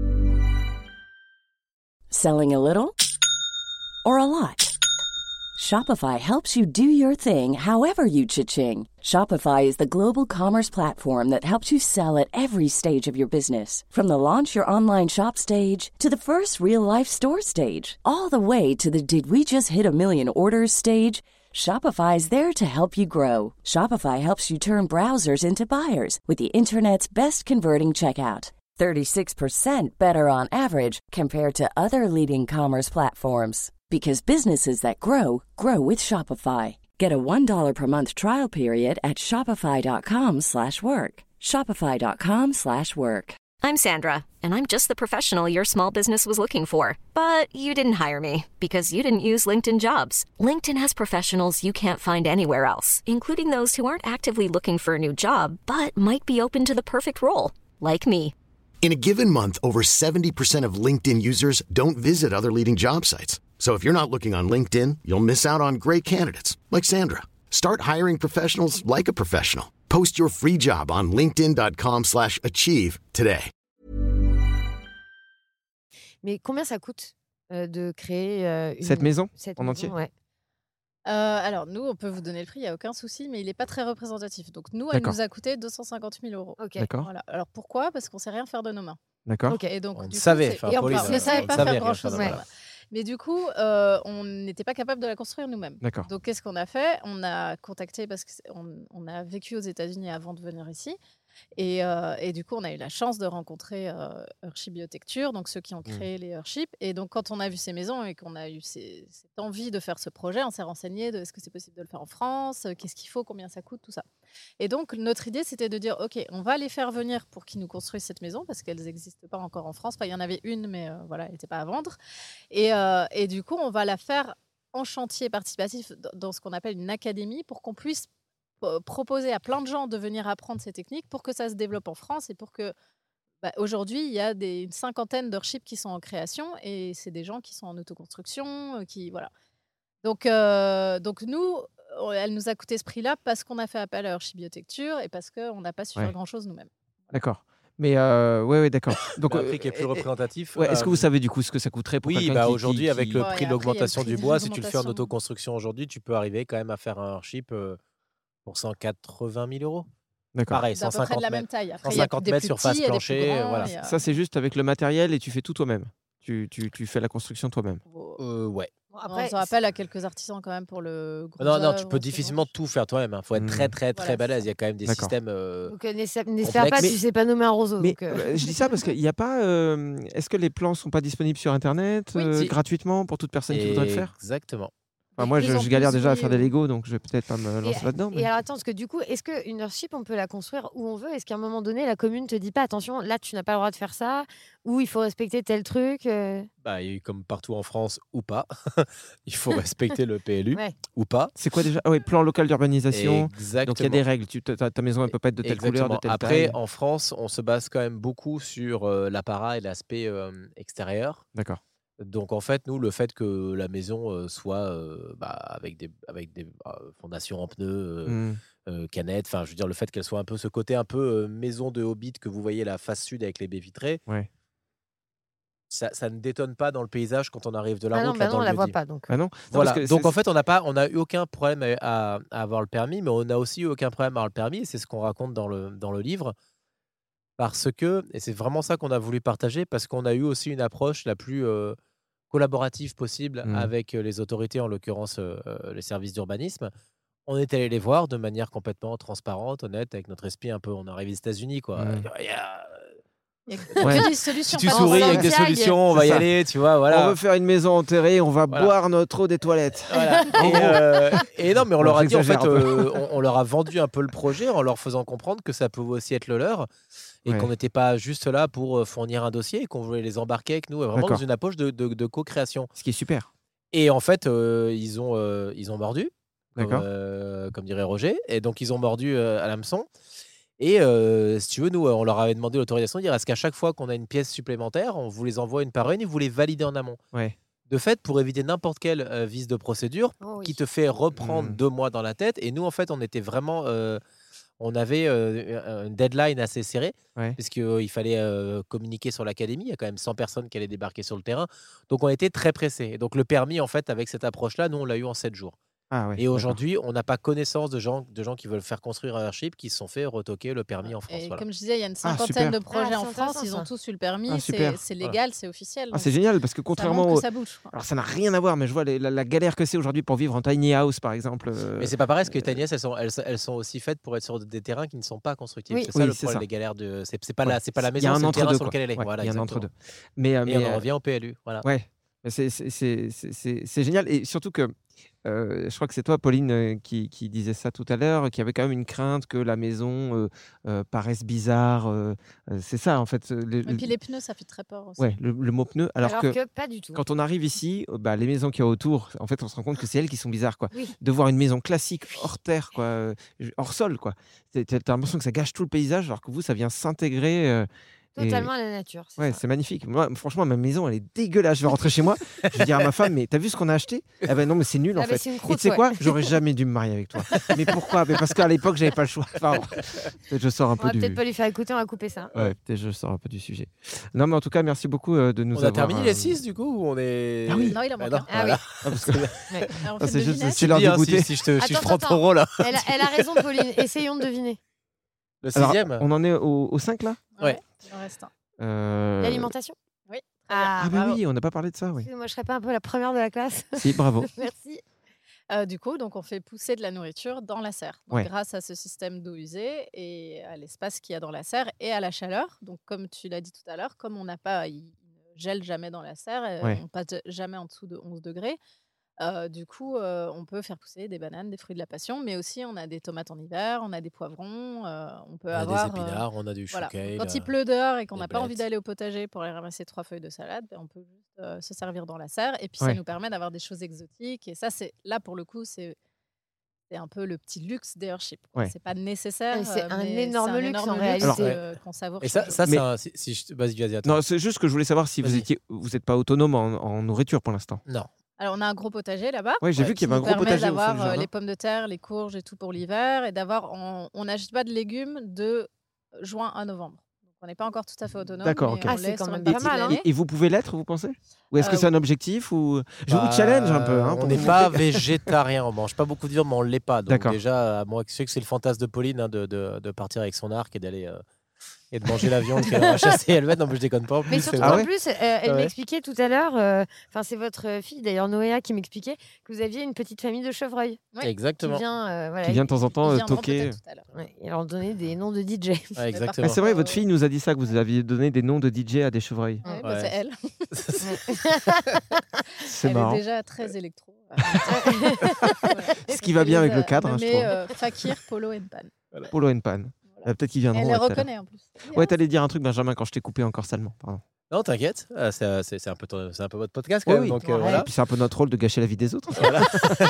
Selling a little or a lot? Shopify helps you do your thing however you cha-ching. Shopify is the global commerce platform that helps you sell at every stage of your business. From the launch your online shop stage to the first real-life store stage, all the way to the did we just hit a million orders stage. Shopify is there to help you grow. Shopify helps you turn browsers into buyers with the internet's best converting checkout. 36% better on average compared to other leading commerce platforms. Because businesses that grow, grow with Shopify. Get a $1 per month trial period at shopify.com/work. Shopify.com/work. I'm Sandra, and I'm just the professional your small business was looking for. But you didn't hire me because you didn't use LinkedIn Jobs. LinkedIn has professionals you can't find anywhere else, including those who aren't actively looking for a new job, but might be open to the perfect role, like me. In a given month, over 70% of LinkedIn users don't visit other leading job sites. So if you're not looking on LinkedIn, you'll miss out on great candidates like Sandra. Start hiring professionals like a professional. Post your free job on linkedin.com/achieve today. Mais combien ça coûte de créer cette maison en entier? Alors, nous, on peut vous donner le prix, il n'y a aucun souci, mais il n'est pas très représentatif. Donc, nous, elle nous a coûté 250 000 €. D'accord. Voilà. Alors, pourquoi? Parce qu'on ne sait rien faire de nos mains. D'accord. Et donc, On du savait coup, faire police. on ne savait pas faire grand-chose. Voilà. Mais du coup, on n'était pas capable de la construire nous-mêmes. D'accord. Donc, qu'est-ce qu'on a fait? On a contacté, parce qu'on a vécu aux États-Unis avant de venir ici. Et du coup, on a eu la chance de rencontrer Earthship Biotecture, donc ceux qui ont créé les Earthship. Et donc, quand on a vu ces maisons et qu'on a eu cette envie de faire ce projet, on s'est renseigné de est-ce que c'est possible de le faire en France, qu'est-ce qu'il faut, combien ça coûte, tout ça. Et donc, notre idée, c'était de dire, OK, on va les faire venir pour qu'ils nous construisent cette maison, parce qu'elles n'existent pas encore en France. Enfin, il y en avait une, mais voilà, elle n'était pas à vendre. Et du coup, on va la faire en chantier participatif dans ce qu'on appelle une académie pour qu'on puisse proposer à plein de gens de venir apprendre ces techniques pour que ça se développe en France et pour que aujourd'hui il y a une cinquantaine d'Earthship qui sont en création et c'est des gens qui sont en autoconstruction voilà. Donc nous elle nous a coûté ce prix-là parce qu'on a fait appel à Earthship Biotecture et parce qu'on n'a pas su faire grand-chose nous-mêmes. D'accord. Mais ouais, d'accord. Donc un prix qui est plus représentatif. Est-ce que vous savez du coup ce que ça coûterait pour quelqu'un aujourd'hui avec le prix de l'augmentation du bois, si tu le fais en l'augmentation. autoconstruction aujourd'hui, tu peux arriver quand même à faire un Earthship pour 180 000 €. D'accord. Pareil, C'est à peu près de la 150 même mètres. taille. Après, 150 mètres surface il y a des plus plancher, grands, voilà. il y a- Ça, c'est juste avec le matériel et tu fais tout toi-même. Tu fais la construction toi-même. Ouais. Après, on se rappelle à quelques artisans quand même pour le gros Non, tu œuvre, peux ce difficilement genre. tout faire toi-même. Il faut être très, très, très Voilà, balèze. c'est Il y a quand même des D'accord. systèmes. donc n'espère pas, complexe. tu sais pas nommer un roseau. Mais donc, je dis ça parce qu'il n'y a pas. Est-ce que les plans sont pas disponibles sur Internet Oui, si. gratuitement pour toute personne qui voudrait le faire? Exactement. Enfin, moi, Ils ont je galère plus, déjà à oui, faire des oui. Lego, donc je vais peut-être pas me lancer là-dedans. Et alors attends, parce que du coup, est-ce qu'une Earthship, on peut la construire où on veut? Est-ce qu'à un moment donné, la commune te dit pas, attention, là, tu n'as pas le droit de faire ça, ou il faut respecter tel truc Et comme partout en France ou pas, il faut respecter le PLU Ouais. ou pas. C'est quoi déjà? Plan local d'urbanisation. Exactement. Donc il y a des règles. Ta maison, elle peut pas être de telle couleur, de telle Après, taille. en France, on se base quand même beaucoup sur l'apparat et l'aspect extérieur. D'accord. Donc en fait, nous, le fait que la maison soit avec des fondations en pneus, canettes, enfin, je veux dire, le fait qu'elle soit un peu ce côté un peu maison de Hobbit que vous voyez la face sud avec les baies vitrées, Ouais. ça ne détonne pas dans le paysage quand on arrive de la Ah non, route. là, bah dans non, on le la voit lieu-dit. pas. Donc. Ah non. Voilà. Parce que Donc c'est- en fait, on a eu aucun problème à avoir le permis, mais on a aussi eu aucun problème à avoir le permis. Et c'est ce qu'on raconte dans le livre. Parce que, et c'est vraiment ça qu'on a voulu partager, parce qu'on a eu aussi une approche la plus collaborative possible avec les autorités, en l'occurrence les services d'urbanisme. On est allé les voir de manière complètement transparente, honnête, avec notre esprit un peu. On arrive des États-Unis, quoi. Il y a Ouais. que des solutions. Si tu pas souris avec des Santiago. solutions, on va C'est y ça. aller, tu vois, voilà. On veut faire une maison enterrée, on va Voilà. boire notre eau des toilettes. Voilà. Et non, mais on leur a dit, en fait, j'exagère un peu. on leur a vendu un peu le projet en leur faisant comprendre que ça pouvait aussi être le leur et qu'on n'était pas juste là pour fournir un dossier et qu'on voulait les embarquer avec nous, vraiment D'accord. dans une approche de co-création. Ce qui est super. Et en fait, ils ont mordu, D'accord. comme dirait Roger, et donc ils ont mordu à l'hameçon. Et si tu veux, nous, on leur avait demandé l'autorisation de dire est-ce qu'à chaque fois qu'on a une pièce supplémentaire, on vous les envoie une par une et vous les validez en amont. Ouais. De fait, pour éviter n'importe quel vice de procédure qui te fait reprendre 2 mois dans la tête. Et nous, en fait, on était vraiment. On avait une deadline assez serrée, puisqu'il fallait communiquer sur l'académie. Il y a quand même 100 personnes qui allaient débarquer sur le terrain. Donc, on était très pressés. Et donc, le permis, en fait, avec cette approche-là, nous, on l'a eu en 7 jours. Et aujourd'hui, on n'a pas connaissance de gens qui veulent faire construire un airship qui se sont fait retoquer le permis en France. Comme je disais, il y a une cinquantaine de projets en France. Ils ont tous eu le permis. C'est légal, c'est officiel. C'est génial parce que contrairement ça bouge. Alors ça n'a rien à voir, mais je vois la galère que c'est aujourd'hui pour vivre en tiny house, par exemple. Mais c'est pas pareil, parce que les tiny house, elles sont aussi faites pour être sur des terrains qui ne sont pas constructibles. C'est ça le problème des galères. C'est pas la maison, c'est le terrain sur lequel elle est. Il y a un entre-deux. Mais on en revient au PLU. Voilà. Ouais. C'est génial. Et surtout que je crois que c'est toi, Pauline, qui disais ça tout à l'heure, qu'il y avait quand même une crainte que la maison paraisse bizarre. C'est ça, en fait. Et puis les pneus, ça fait très peur aussi. Ouais, le mot pneu. Alors que pas du tout. Quand on arrive ici, les maisons qu'il y a autour, en fait, on se rend compte que c'est elles qui sont bizarres, quoi. Oui. De voir une maison classique, hors terre, quoi, hors sol, quoi. T'as l'impression que ça gâche tout le paysage, alors que vous, ça vient s'intégrer. Totalement à la nature. C'est magnifique. Moi, franchement, ma maison, elle est dégueulasse. Je vais rentrer chez moi. Je vais dire à ma femme, mais t'as vu ce qu'on a acheté ? Eh ben non, mais c'est nul en fait. Et tu sais quoi ? J'aurais jamais dû me marier avec toi. Mais pourquoi ? Parce qu'à l'époque, j'avais pas le choix. Enfin, peut-être je sors un peu du. Peut-être pas lui faire écouter, on va couper ça. Ouais, peut-être je sors un peu du sujet. Non, mais en tout cas, merci beaucoup de nous avoir. On a terminé les 6 du coup ou on est. Ah oui. Non, il en manque un. C'est juste, c'est l'heure de goûter. Si je prends ton rôle. Elle a raison, Pauline. Essayons de deviner. Le 6e. On en est au 5 là ? Ouais. Il en reste un. L'alimentation ? Oui. Oui, on n'a pas parlé de ça. Oui. Moi, je serais pas un peu la première de la classe. Si, bravo. Merci. Du coup, donc on fait pousser de la nourriture dans la serre, grâce à ce système d'eau usée et à l'espace qu'il y a dans la serre et à la chaleur. Donc, comme tu l'as dit tout à l'heure, comme on n'a pas, il ne gèle jamais dans la serre, on passe jamais en dessous de 11 degrés. Du coup, on peut faire pousser des bananes, des fruits de la passion, mais aussi on a des tomates en hiver, on a des poivrons, on peut avoir des épinards, on a du chou kale. Quand il pleut dehors et qu'on n'a pas envie d'aller au potager pour aller ramasser 3 feuilles de salade, on peut juste se servir dans la serre et puis ça nous permet d'avoir des choses exotiques. Et ça, c'est là pour le coup, c'est un peu le petit luxe des airships. C'est pas nécessaire. C'est un énorme luxe en réalité qu'on savoure. Et ça c'est vas-y, attends. Non, c'est juste que je voulais savoir si vous n'êtes pas autonome en nourriture pour l'instant. Non. Alors, on a un gros potager là-bas. Oui, j'ai vu qu'il y avait un gros potager. D'avoir les pommes de terre, les courges et tout pour l'hiver. Et d'avoir, on n'achète pas de légumes de juin à novembre. Donc, on n'est pas encore tout à fait autonome. D'accord, ok. C'est quand même pas mal. Et vous pouvez l'être, vous pensez ? Ou est-ce que c'est un objectif ou... Je vous challenge un peu. On n'est pas végétarien, on mange pas beaucoup de viande, mais on ne l'est pas. Donc déjà, moi, je sais que c'est le fantasme de Pauline de partir avec son arc et d'aller... et de manger la viande qu'elle a chassée elle-même. Non, mais je déconne pas. En plus, mais surtout, en plus, elle m'expliquait tout à l'heure, c'est votre fille, d'ailleurs, Noéa, qui m'expliquait que vous aviez une petite famille de chevreuils. Exactement. Qui vient de temps en temps toquer. Et leur donner des noms de DJ. Exactement. C'est vrai, votre fille nous a dit ça, que vous aviez donné des noms de DJ à des chevreuils. C'est elle. C'est marrant. Elle est déjà très électro. Ce qui va bien avec le cadre, je trouve. Fakir, Polo and Pan. Polo and Pan. Peut-être qu'ils viendront. Elle les reconnaît en plus. Ouais, t'allais dire un truc, Benjamin, quand je t'ai coupé encore salement. Pardon. Non, t'inquiète. C'est un peu votre podcast quand même. Donc, voilà. Et puis c'est un peu notre rôle de gâcher la vie des autres. Voilà.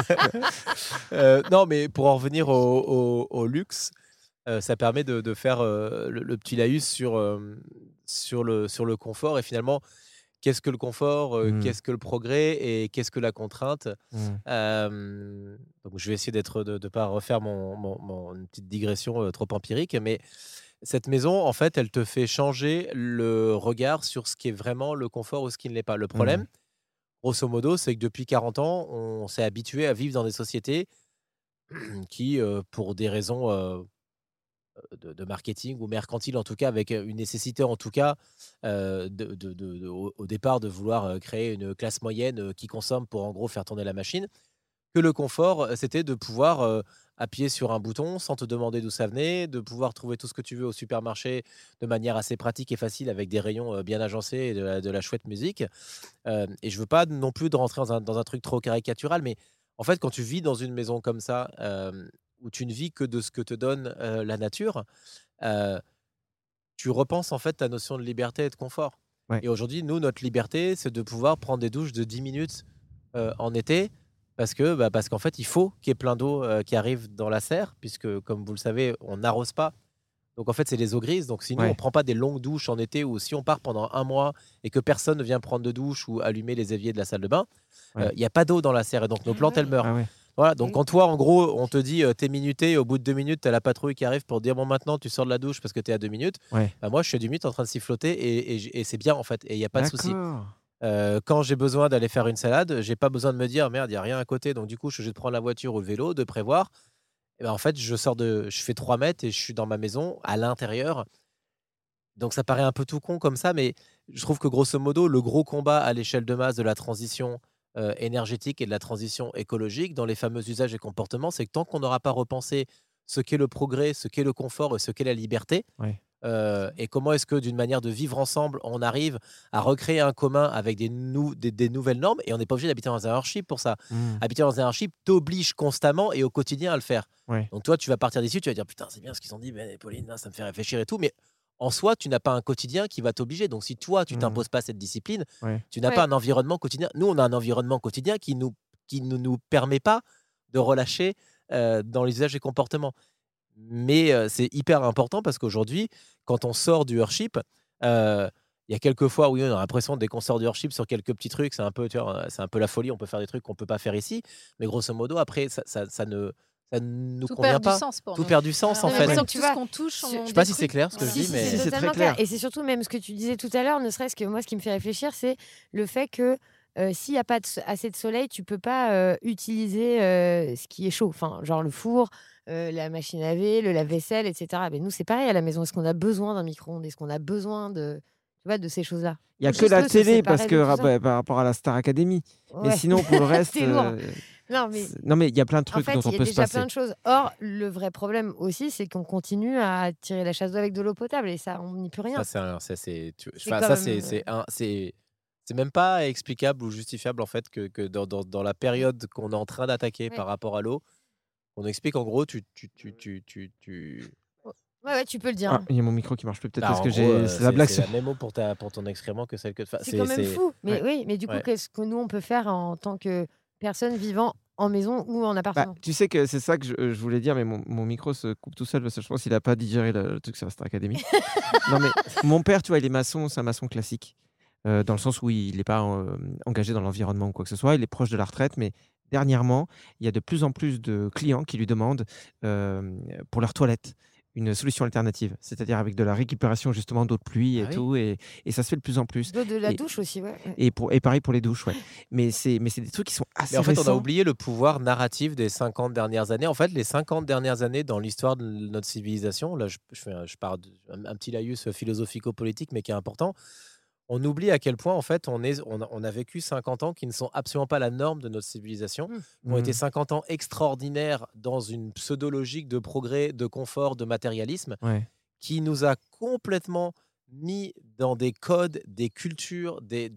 Non, mais pour en revenir au luxe, ça permet de faire le petit laïus sur le confort et finalement. Qu'est-ce que le confort, qu'est-ce que le progrès et qu'est-ce que la contrainte Donc je vais essayer de pas refaire une petite digression trop empirique, mais cette maison, en fait, elle te fait changer le regard sur ce qui est vraiment le confort ou ce qui ne l'est pas. Le problème, grosso modo, c'est que depuis 40 ans, on s'est habitué à vivre dans des sociétés qui, pour des raisons... de marketing ou mercantile en tout cas, avec une nécessité en tout cas au départ de vouloir créer une classe moyenne qui consomme pour en gros faire tourner la machine, que le confort c'était de pouvoir appuyer sur un bouton sans te demander d'où ça venait, de pouvoir trouver tout ce que tu veux au supermarché de manière assez pratique et facile avec des rayons bien agencés et de la chouette musique. Et je veux pas non plus de rentrer dans un truc trop caricatural, mais en fait quand tu vis dans une maison comme ça où tu ne vis que de ce que te donne la nature, tu repenses en fait ta notion de liberté et de confort. Et aujourd'hui, nous, notre liberté, c'est de pouvoir prendre des douches de 10 minutes en été, parce qu'en fait, il faut qu'il y ait plein d'eau qui arrive dans la serre, puisque, comme vous le savez, on n'arrose pas. Donc, en fait, c'est des eaux grises. Donc, si nous, on ne prend pas des longues douches en été, ou si on part pendant un mois et que personne ne vient prendre de douche ou allumer les éviers de la salle de bain, il n'y a pas d'eau dans la serre. Et donc, nos plantes, elles meurent. Voilà, donc quand toi, en gros, on te dit t'es minuté, au bout de 2 minutes, t'as la patrouille qui arrive pour te dire bon, maintenant tu sors de la douche parce que t'es à 2 minutes. Moi, je suis à 2 minutes en train de siffloter et c'est bien en fait, et il n'y a pas de souci. Quand j'ai besoin d'aller faire une salade, j'ai pas besoin de me dire merde, il y a rien à côté, donc du coup, je suis obligé de prendre la voiture ou le vélo, de prévoir. Et ben, en fait, je fais 3 mètres et je suis dans ma maison à l'intérieur. Donc ça paraît un peu tout con comme ça, mais je trouve que grosso modo, le gros combat à l'échelle de masse de la transition énergétique et de la transition écologique dans les fameux usages et comportements, c'est que tant qu'on n'aura pas repensé ce qu'est le progrès, ce qu'est le confort et ce qu'est la liberté, et comment est-ce que d'une manière de vivre ensemble, on arrive à recréer un commun avec des nouvelles normes, et on n'est pas obligé d'habiter dans un airship pour ça. Habiter dans un airship t'oblige constamment et au quotidien à le faire. Donc toi, tu vas partir d'ici, tu vas dire putain, c'est bien ce qu'ils ont dit, mais Pauline, ça me fait réfléchir et tout, mais en soi, tu n'as pas un quotidien qui va t'obliger. Donc si toi, tu t'imposes pas cette discipline, tu n'as pas un environnement quotidien. Nous, on a un environnement quotidien qui ne nous permet pas de relâcher dans les usages et comportements. Mais c'est hyper important parce qu'aujourd'hui, quand on sort du Earthship, il y a quelques fois où on a l'impression, dès qu'on sort du Earthship sur quelques petits trucs, c'est un peu la folie, on peut faire des trucs qu'on ne peut pas faire ici. Mais grosso modo, après, ça ne nous convient pas. Tout perd du sens, en fait. Tout ce qu'on touche, je ne sais pas si c'est clair ce que je dis, mais c'est très clair. Et c'est surtout même ce que tu disais tout à l'heure, ne serait-ce que moi, ce qui me fait réfléchir, c'est le fait que s'il n'y a pas assez de soleil, tu ne peux pas utiliser ce qui est chaud, enfin, genre le four, la machine à laver, le lave-vaisselle, etc. Mais nous, c'est pareil à la maison. Est-ce qu'on a besoin d'un micro-ondes? Est-ce qu'on a besoin de ces choses-là? Il n'y a que la télé, parce que par rapport à la Star Academy. Mais sinon, pour le reste... Non, mais il y a plein de trucs dont on peut se passer. Il y a déjà plein de choses. Or, le vrai problème aussi, c'est qu'on continue à tirer la chasse d'eau avec de l'eau potable, et ça, on n'y peut rien. C'est même pas explicable ou justifiable, en fait, que dans la période qu'on est en train d'attaquer par rapport à l'eau, on explique en gros, Ouais, tu peux le dire. Il y a mon micro qui marche plus, peut-être parce que j'ai. C'est la blague. C'est la même mot pour ton excrément que celle que tu fais. C'est quand même fou. Mais oui, mais du coup, qu'est-ce que nous on peut faire en tant que personne vivant en maison ou en appartement? Tu sais que c'est ça que je voulais dire, mais mon micro se coupe tout seul parce que je pense qu'il n'a pas digéré le truc sur la Star Academy. Non, mais mon père, tu vois, il est maçon, c'est un maçon classique. Dans le sens où il n'est pas engagé dans l'environnement ou quoi que ce soit. Il est proche de la retraite, mais dernièrement, il y a de plus en plus de clients qui lui demandent pour leur toilette une solution alternative, c'est-à-dire avec de la récupération justement d'eau de pluie et tout, et ça se fait de plus en plus. D'eau de la douche aussi, ouais. Et pareil pour les douches, ouais. Mais c'est des trucs qui sont assez récents. Mais en fait, récents. on a oublié le pouvoir narratif des 50 dernières années. En fait, les 50 dernières années dans l'histoire de notre civilisation, là je pars un petit laïus philosophico-politique, mais qui est important. On oublie à quel point, en fait, on a vécu 50 ans qui ne sont absolument pas la norme de notre civilisation, qui ont été 50 ans extraordinaires dans une pseudo-logique de progrès, de confort, de matérialisme, qui nous a complètement mis dans des codes, des cultures, des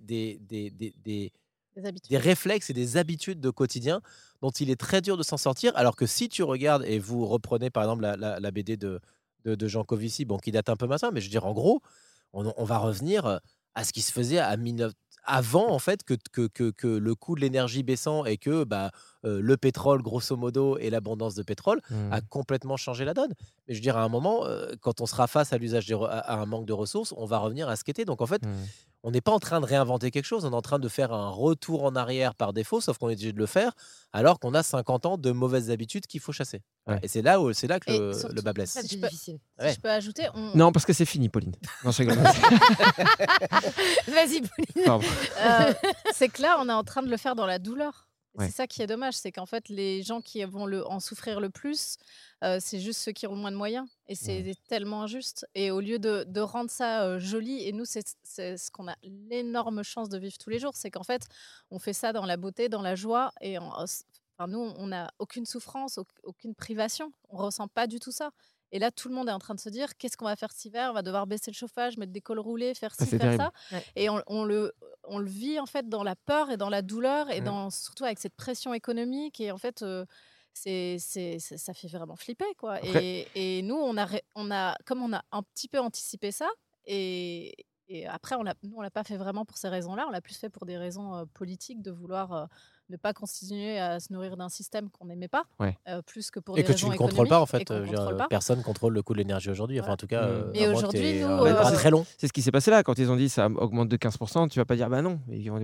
réflexes et des habitudes de quotidien dont il est très dur de s'en sortir. Alors que si tu regardes, et vous reprenez par exemple la BD de Jean Covici, qui date un peu maintenant, mais je veux dire, en gros, on va revenir à ce qui se faisait avant, en fait, que le coût de l'énergie baissant et que le pétrole, grosso modo, et l'abondance de pétrole a complètement changé la donne. Mais je veux dire, à un moment, quand on sera face à l'usage à un manque de ressources, on va revenir à ce qu'était. Donc, en fait, on n'est pas en train de réinventer quelque chose, on est en train de faire un retour en arrière par défaut, sauf qu'on est obligé de le faire alors qu'on a 50 ans de mauvaises habitudes qu'il faut chasser. Et c'est là que le bas blesse. Si je peux ajouter... Non, parce que c'est fini, Pauline. Non, je rigole. Vas-y, Pauline. C'est que là, on est en train de le faire dans la douleur. C'est ça qui est dommage, c'est qu'en fait, les gens qui vont en souffrir le plus, c'est juste ceux qui ont le moins de moyens. Et c'est tellement injuste. Et au lieu de rendre ça joli, et nous, c'est ce qu'on a l'énorme chance de vivre tous les jours, c'est qu'en fait, on fait ça dans la beauté, dans la joie. Et nous, on n'a aucune souffrance, aucune privation. On ne ressent pas du tout ça. Et là, tout le monde est en train de se dire, qu'est-ce qu'on va faire cet hiver? On va devoir baisser le chauffage, mettre des cols roulés, faire ci, faire ça. Ouais. Et on le vit en fait dans la peur et dans la douleur et surtout avec cette pression économique. Et en fait, ça fait vraiment flipper, quoi. Et nous, on a comme on a un petit peu anticipé ça. Et après, nous, on l'a pas fait vraiment pour ces raisons-là. On l'a plus fait pour des raisons politiques de vouloir ne pas continuer à se nourrir d'un système qu'on n'aimait pas, plus que pour et des que raisons tu ne contrôles pas en fait. pas. Personne ne contrôle le coût de l'énergie aujourd'hui. Enfin, en tout cas, mais aujourd'hui, nous, pas très long. C'est ce qui s'est passé là quand ils ont dit ça augmente de 15%. Tu vas pas dire bah non. Et ils vont dire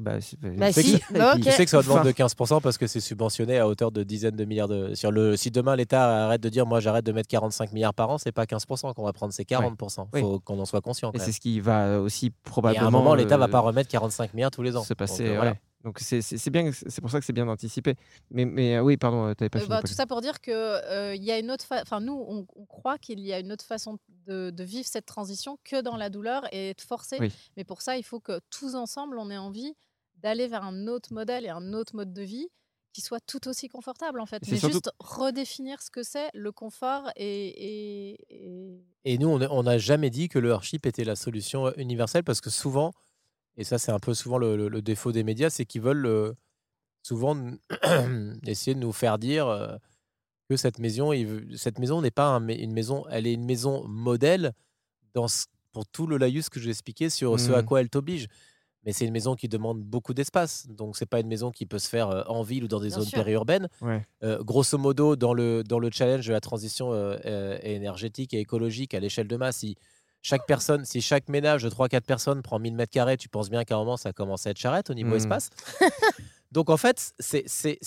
tu sais que ça augmente de 15% parce que c'est subventionné à hauteur de dizaines de milliards de. Si demain l'État arrête de dire moi j'arrête de mettre 45 milliards par an, c'est pas 15% qu'on va prendre, c'est 40%. Faut qu'on en soit conscient. Et c'est ce qui va aussi probablement. Et à un moment, l'État va pas remettre 45 milliards tous les ans. Se passer. Donc c'est bien, c'est pour ça que c'est bien d'anticiper. Mais oui, pardon, t'avais pas fini. Tout ça pour dire que il y a une autre, nous on croit qu'il y a une autre façon de vivre cette transition que dans la douleur et être forcé. Oui. Mais pour ça, il faut que tous ensemble, on ait envie d'aller vers un autre modèle et un autre mode de vie qui soit tout aussi confortable en fait. Mais juste redéfinir ce que c'est le confort et nous, on n'a jamais dit que le Heurship était la solution universelle parce que souvent. Et ça, c'est un peu souvent le défaut des médias, c'est qu'ils veulent souvent essayer de nous faire dire que cette maison n'est pas une maison, elle est une maison modèle pour tout le laïus que je vais expliquer sur ce à quoi elle t'oblige. Mais c'est une maison qui demande beaucoup d'espace. Donc, ce n'est pas une maison qui peut se faire en ville ou dans des zones périurbaines. Grosso modo, dans le challenge de la transition énergétique et écologique à l'échelle de masse, si chaque ménage de 3-4 personnes prend 1000 m², tu penses bien qu'à un moment, ça commence à être charrette au niveau espace. Donc, en fait, c'est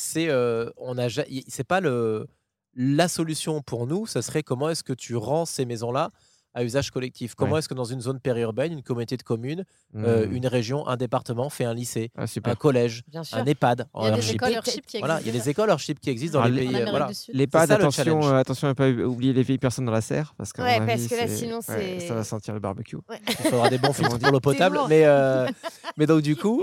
pas la solution pour nous. Ce serait comment est-ce que tu rends ces maisons-là à usage collectif. Comment est-ce que dans une zone périurbaine, une communauté de communes, une région, un département fait un lycée, un collège, un EHPAD. Il y a des écoles Heurship qui existent. Il y a des écoles Heurship qui existent dans les pays. L'EHPAD, attention à ne pas oublier les vieilles personnes dans la serre. Parce que là, sinon, ça va sentir le barbecue. Il faudra des bons filtres pour l'eau potable. Mais donc, du coup,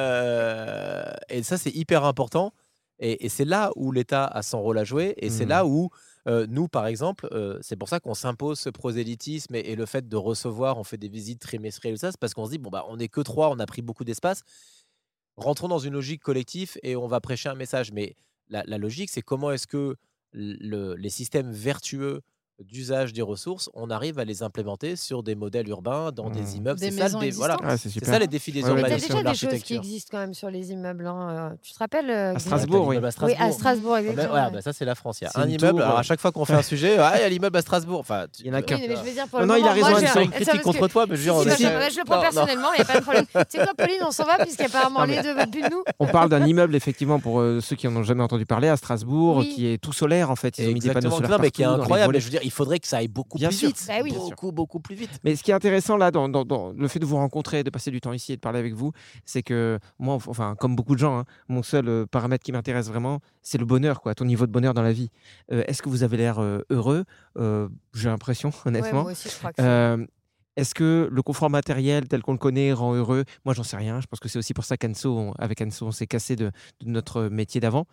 et ça, c'est hyper important. Et c'est là où l'État a son rôle à jouer. Et c'est là où nous, par exemple, c'est pour ça qu'on s'impose ce prosélytisme et le fait de recevoir, on fait des visites trimestrielles, c'est parce qu'on se dit, on n'est que 3, on a pris beaucoup d'espace. Rentrons dans une logique collective et on va prêcher un message. Mais la logique, c'est comment est-ce que les systèmes vertueux d'usage des ressources, on arrive à les implémenter sur des modèles urbains, dans des immeubles. C'est ça les défis des urbanisations de l'architecture. Il y a déjà des choses qui existent quand même sur les immeubles. Tu te rappelles à Strasbourg, oui, à Strasbourg, exactement. Ça, c'est la France. Il y a un immeuble. Alors, à chaque fois qu'on fait un sujet, il y a l'immeuble à Strasbourg. Enfin, il y en a qu'un. Non, il a raison. C'est une critique contre toi, mais je le prends personnellement, il n'y a pas de problème. C'est quoi, Pauline, on s'en va, puisqu'apparemment les deux veulent plus de nous. On parle d'un immeuble, effectivement, pour ceux qui n'en ont jamais entendu parler, à Strasbourg, qui est tout solaire, en fait. Ils ont mis des panneaux solaires partout. Mais qui est incroyable. Je veux dire, il faudrait que ça aille beaucoup plus vite. Beaucoup plus vite. Mais ce qui est intéressant là, dans le fait de vous rencontrer, de passer du temps ici et de parler avec vous, c'est que moi, enfin, comme beaucoup de gens, mon seul paramètre qui m'intéresse vraiment, c'est le bonheur, ton niveau de bonheur dans la vie. Est-ce que vous avez l'air heureux ? J'ai l'impression, honnêtement. Moi aussi, je crois que est-ce que le confort matériel tel qu'on le connaît rend heureux ? Moi, j'en sais rien. Je pense que c'est aussi pour ça qu'avec Anso, on s'est cassé de notre métier d'avant.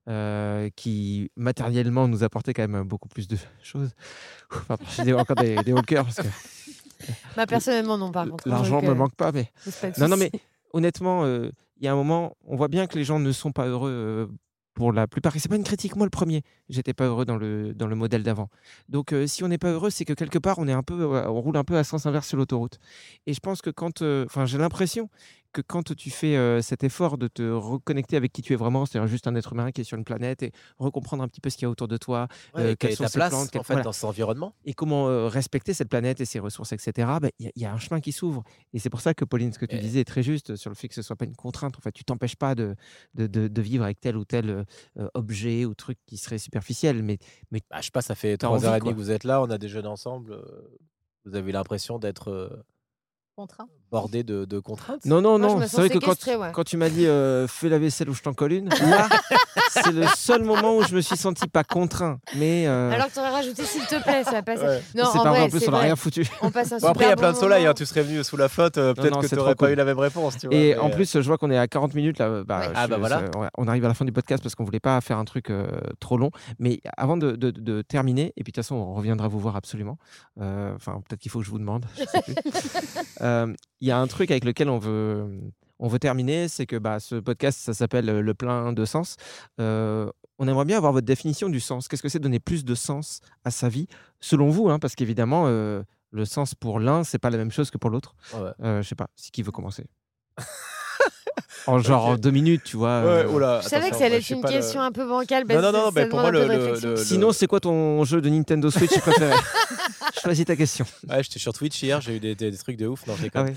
Qui matériellement nous apportait quand même beaucoup plus de choses. Enfin, j'ai encore des hauts le cœur parce que personnellement non, par contre. L'argent me manque pas, mais non, mais honnêtement, il y a un moment, on voit bien que les gens ne sont pas heureux. Pour la plupart, et c'est pas une critique, moi le premier, j'étais pas heureux dans le modèle d'avant. Donc si on n'est pas heureux, c'est que quelque part on roule un peu à sens inverse sur l'autoroute. Et je pense que j'ai l'impression que quand tu fais cet effort de te reconnecter avec qui tu es vraiment, c'est-à-dire juste un être humain qui est sur une planète et recomprendre un petit peu ce qu'il y a autour de toi, quelle est ta place en fait dans cet environnement, et comment respecter cette planète et ses ressources, etc. Il y a un chemin qui s'ouvre. Et c'est pour ça que Pauline, ce que tu disais est très juste sur le fait que ce soit pas une contrainte. En fait, tu t'empêches pas de vivre avec tel ou tel objet ou truc qui serait superficiel. Mais je sais pas, ça fait 3h30 que vous êtes là, on a déjeuné ensemble. Vous avez l'impression d'être contraint, bordé de contraintes. Non. C'est vrai que quand tu m'as dit fais la vaisselle ou je t'en colle une, là, c'est le seul moment où je me suis senti pas contraint. Mais alors que tu aurais rajouté s'il te plaît, ça va passer. Non, c'est pas vrai, en plus, on n'a rien foutu. On passe un super après, il y a plein de soleil, tu serais venu sous la flotte, peut-être que tu n'aurais pas eu la même réponse. Tu vois, et en plus, je vois qu'on est à 40 minutes là. On arrive à la fin du podcast parce qu'on voulait pas faire un truc trop long. Mais avant de terminer, et puis de toute façon, on reviendra vous voir absolument. Enfin, peut-être qu'il faut que je vous demande. Je sais plus. Il y a un truc avec lequel on veut terminer, c'est que ce podcast, ça s'appelle Le plein de sens. On aimerait bien avoir votre définition du sens. Qu'est-ce que c'est donner plus de sens à sa vie, selon vous, parce qu'évidemment, le sens pour l'un, c'est pas la même chose que pour l'autre. Je sais pas, qui veut commencer? en 2 minutes, tu vois. Je savais que ça allait être une question un peu bancale. Non, mais pour moi, Sinon, c'est quoi ton jeu de Nintendo Switch préféré? Choisis ta question. Ouais, j'étais sur Twitch hier, j'ai eu des trucs de ouf. Non, je déconne.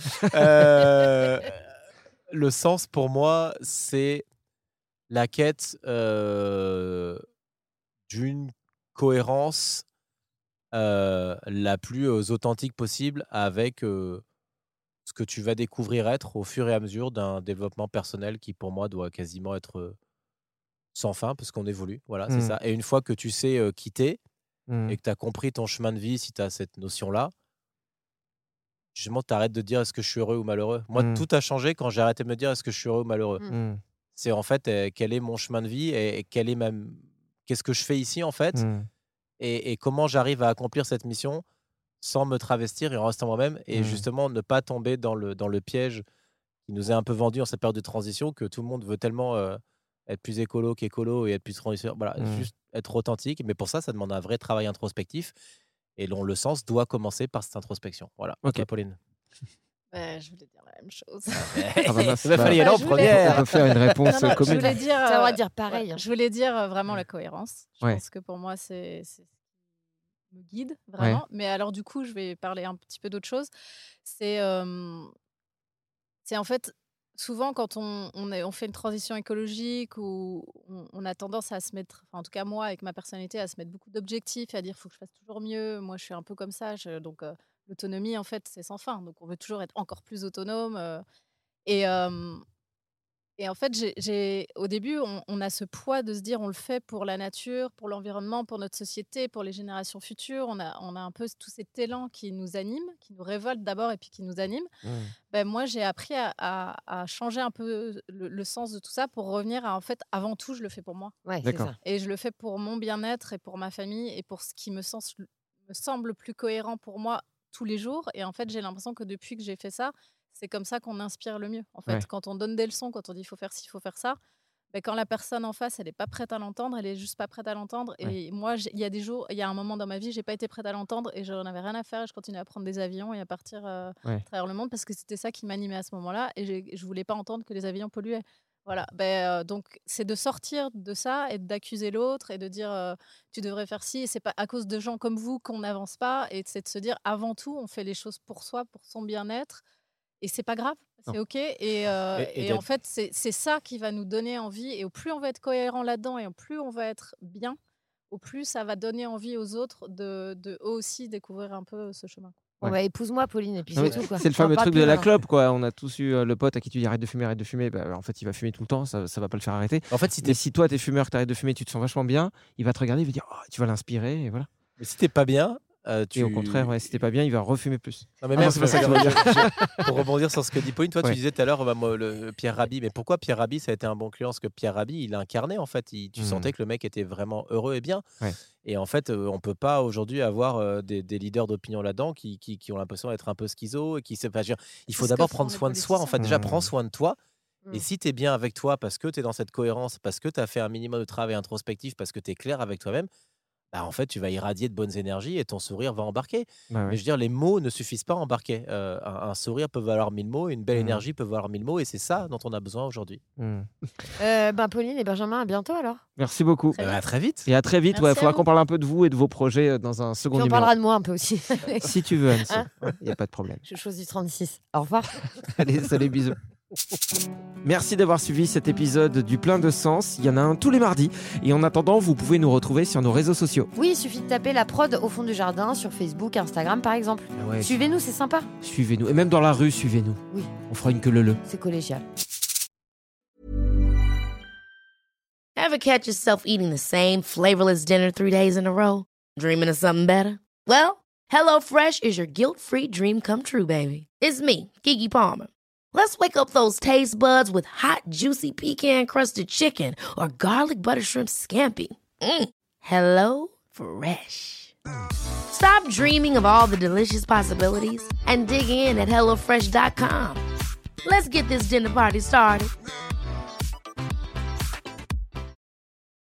Le sens, pour moi, c'est la quête d'une cohérence la plus authentique possible avec ce que tu vas découvrir être au fur et à mesure d'un développement personnel qui, pour moi, doit quasiment être sans fin parce qu'on évolue. Voilà, c'est ça. Et une fois que tu sais quitter et que tu as compris ton chemin de vie, si tu as cette notion-là, justement, tu arrêtes de dire est-ce que je suis heureux ou malheureux. Moi, tout a changé quand j'ai arrêté de me dire est-ce que je suis heureux ou malheureux. C'est en fait quel est mon chemin de vie et qu'est-ce que je fais ici en fait et comment j'arrive à accomplir cette mission sans me travestir et en restant moi-même et justement ne pas tomber dans le piège qui nous est un peu vendu en cette période de transition que tout le monde veut tellement être plus écolo qu'écolo et être plus transition. Voilà, juste être authentique. Mais pour ça, ça demande un vrai travail introspectif. Et le sens doit commencer par cette introspection. Voilà. Ok, Pauline. Je voulais dire la même chose. Il fallait y aller en première. On peut faire une réponse commune. Ça va dire pareil. Je voulais dire vraiment la cohérence. Je pense que pour moi, c'est me guide vraiment. Ouais. Mais alors du coup, je vais parler un petit peu d'autre chose. C'est en fait souvent quand on fait une transition écologique ou on a tendance à se mettre, en tout cas moi avec ma personnalité, à se mettre beaucoup d'objectifs et à dire il faut que je fasse toujours mieux. Moi, je suis un peu comme ça. Donc l'autonomie, en fait, c'est sans fin. Donc on veut toujours être encore plus autonome. Et en fait, au début, on a ce poids de se dire on le fait pour la nature, pour l'environnement, pour notre société, pour les générations futures. On a un peu tout cet élan qui nous anime, qui nous révolte d'abord et puis qui nous anime. Moi, j'ai appris à changer un peu le sens de tout ça pour revenir à, en fait, avant tout, je le fais pour moi. Ouais, c'est ça. Et je le fais pour mon bien-être et pour ma famille et pour ce qui me semble plus cohérent pour moi tous les jours. Et en fait, j'ai l'impression que depuis que j'ai fait ça, c'est comme ça qu'on inspire le mieux. En fait, quand on donne des leçons, quand on dit il faut faire ci, il faut faire ça, quand la personne en face, elle n'est pas prête à l'entendre, elle est juste pas prête à l'entendre. Et moi, il y a des jours, il y a un moment dans ma vie, j'ai pas été prête à l'entendre et j'en avais rien à faire. Et je continuais à prendre des avions et à partir à travers le monde parce que c'était ça qui m'animait à ce moment-là et je voulais pas entendre que les avions polluaient. Voilà. Donc, c'est de sortir de ça et d'accuser l'autre et de dire tu devrais faire ci. Et c'est pas à cause de gens comme vous qu'on n'avance pas. Et c'est de se dire avant tout, on fait les choses pour soi, pour son bien-être. Et c'est pas grave, c'est OK. Et en fait, c'est ça qui va nous donner envie. Et au plus on va être cohérent là-dedans et au plus on va être bien, au plus ça va donner envie aux autres de eux aussi découvrir un peu ce chemin. Épouse-moi, Pauline, et puis c'est tout. Quoi. C'est le fameux truc de la clope, quoi. On a tous eu le pote à qui tu dis arrête de fumer. En fait, il va fumer tout le temps, ça va pas le faire arrêter. En fait, si toi, t'es fumeur, t'arrêtes de fumer, tu te sens vachement bien, il va te regarder, il va dire tu vas l'inspirer, et voilà. Mais si t'es pas bien. Et au contraire, si t'es pas bien, il va refumer plus. Non, mais c'est pas ça que je veux dire. Pour rebondir sur ce que dit Pauline, toi, tu disais tout à l'heure, Pierre Rabhi. Mais pourquoi Pierre Rabhi, ça a été un bon client? Parce que Pierre Rabhi, il incarnait, en fait. Tu sentais que le mec était vraiment heureux et bien. Et en fait, on peut pas aujourd'hui avoir des leaders d'opinion là-dedans qui ont l'impression d'être un peu schizo. Il faut d'abord prendre soin de soi. En fait, déjà, prends soin de toi. Et si tu es bien avec toi, parce que tu es dans cette cohérence, parce que tu as fait un minimum de travail introspectif, parce que tu es clair avec toi-même, en fait, tu vas irradier de bonnes énergies et ton sourire va embarquer. Mais je veux dire, les mots ne suffisent pas à embarquer. Un sourire peut valoir 1000 mots, une belle énergie peut valoir 1000 mots, et c'est ça dont on a besoin aujourd'hui. Pauline et Benjamin, à bientot alors. Merci beaucoup. À très vite. Et à très vite. Il faudra qu'on parle un peu de vous et de vos projets dans un second numéro. On parlera de moi un peu aussi. Si tu veux, Anne. Il n'y a pas de problème. Je choisis 36. Au revoir. Allez, salut, bisous. Merci d'avoir suivi cet épisode du Plein de Sens. Il y en a un tous les mardis. Et en attendant, vous pouvez nous retrouver sur nos réseaux sociaux. Oui, il suffit de taper la prod au fond du jardin sur Facebook, Instagram par exemple. Suivez-nous, c'est sympa. Suivez-nous. Et même dans la rue, suivez-nous. Oui. On fera une queue leu. C'est collégial. Ever catch yourself eating the same flavorless dinner 3 days in a row? Dreaming of something better? Well, HelloFresh is your guilt-free dream come true, baby. It's me, Keke Palmer. Let's wake up those taste buds with hot, juicy pecan-crusted chicken or garlic butter shrimp scampi. Hello Fresh. Stop dreaming of all the delicious possibilities and dig in at HelloFresh.com. Let's get this dinner party started.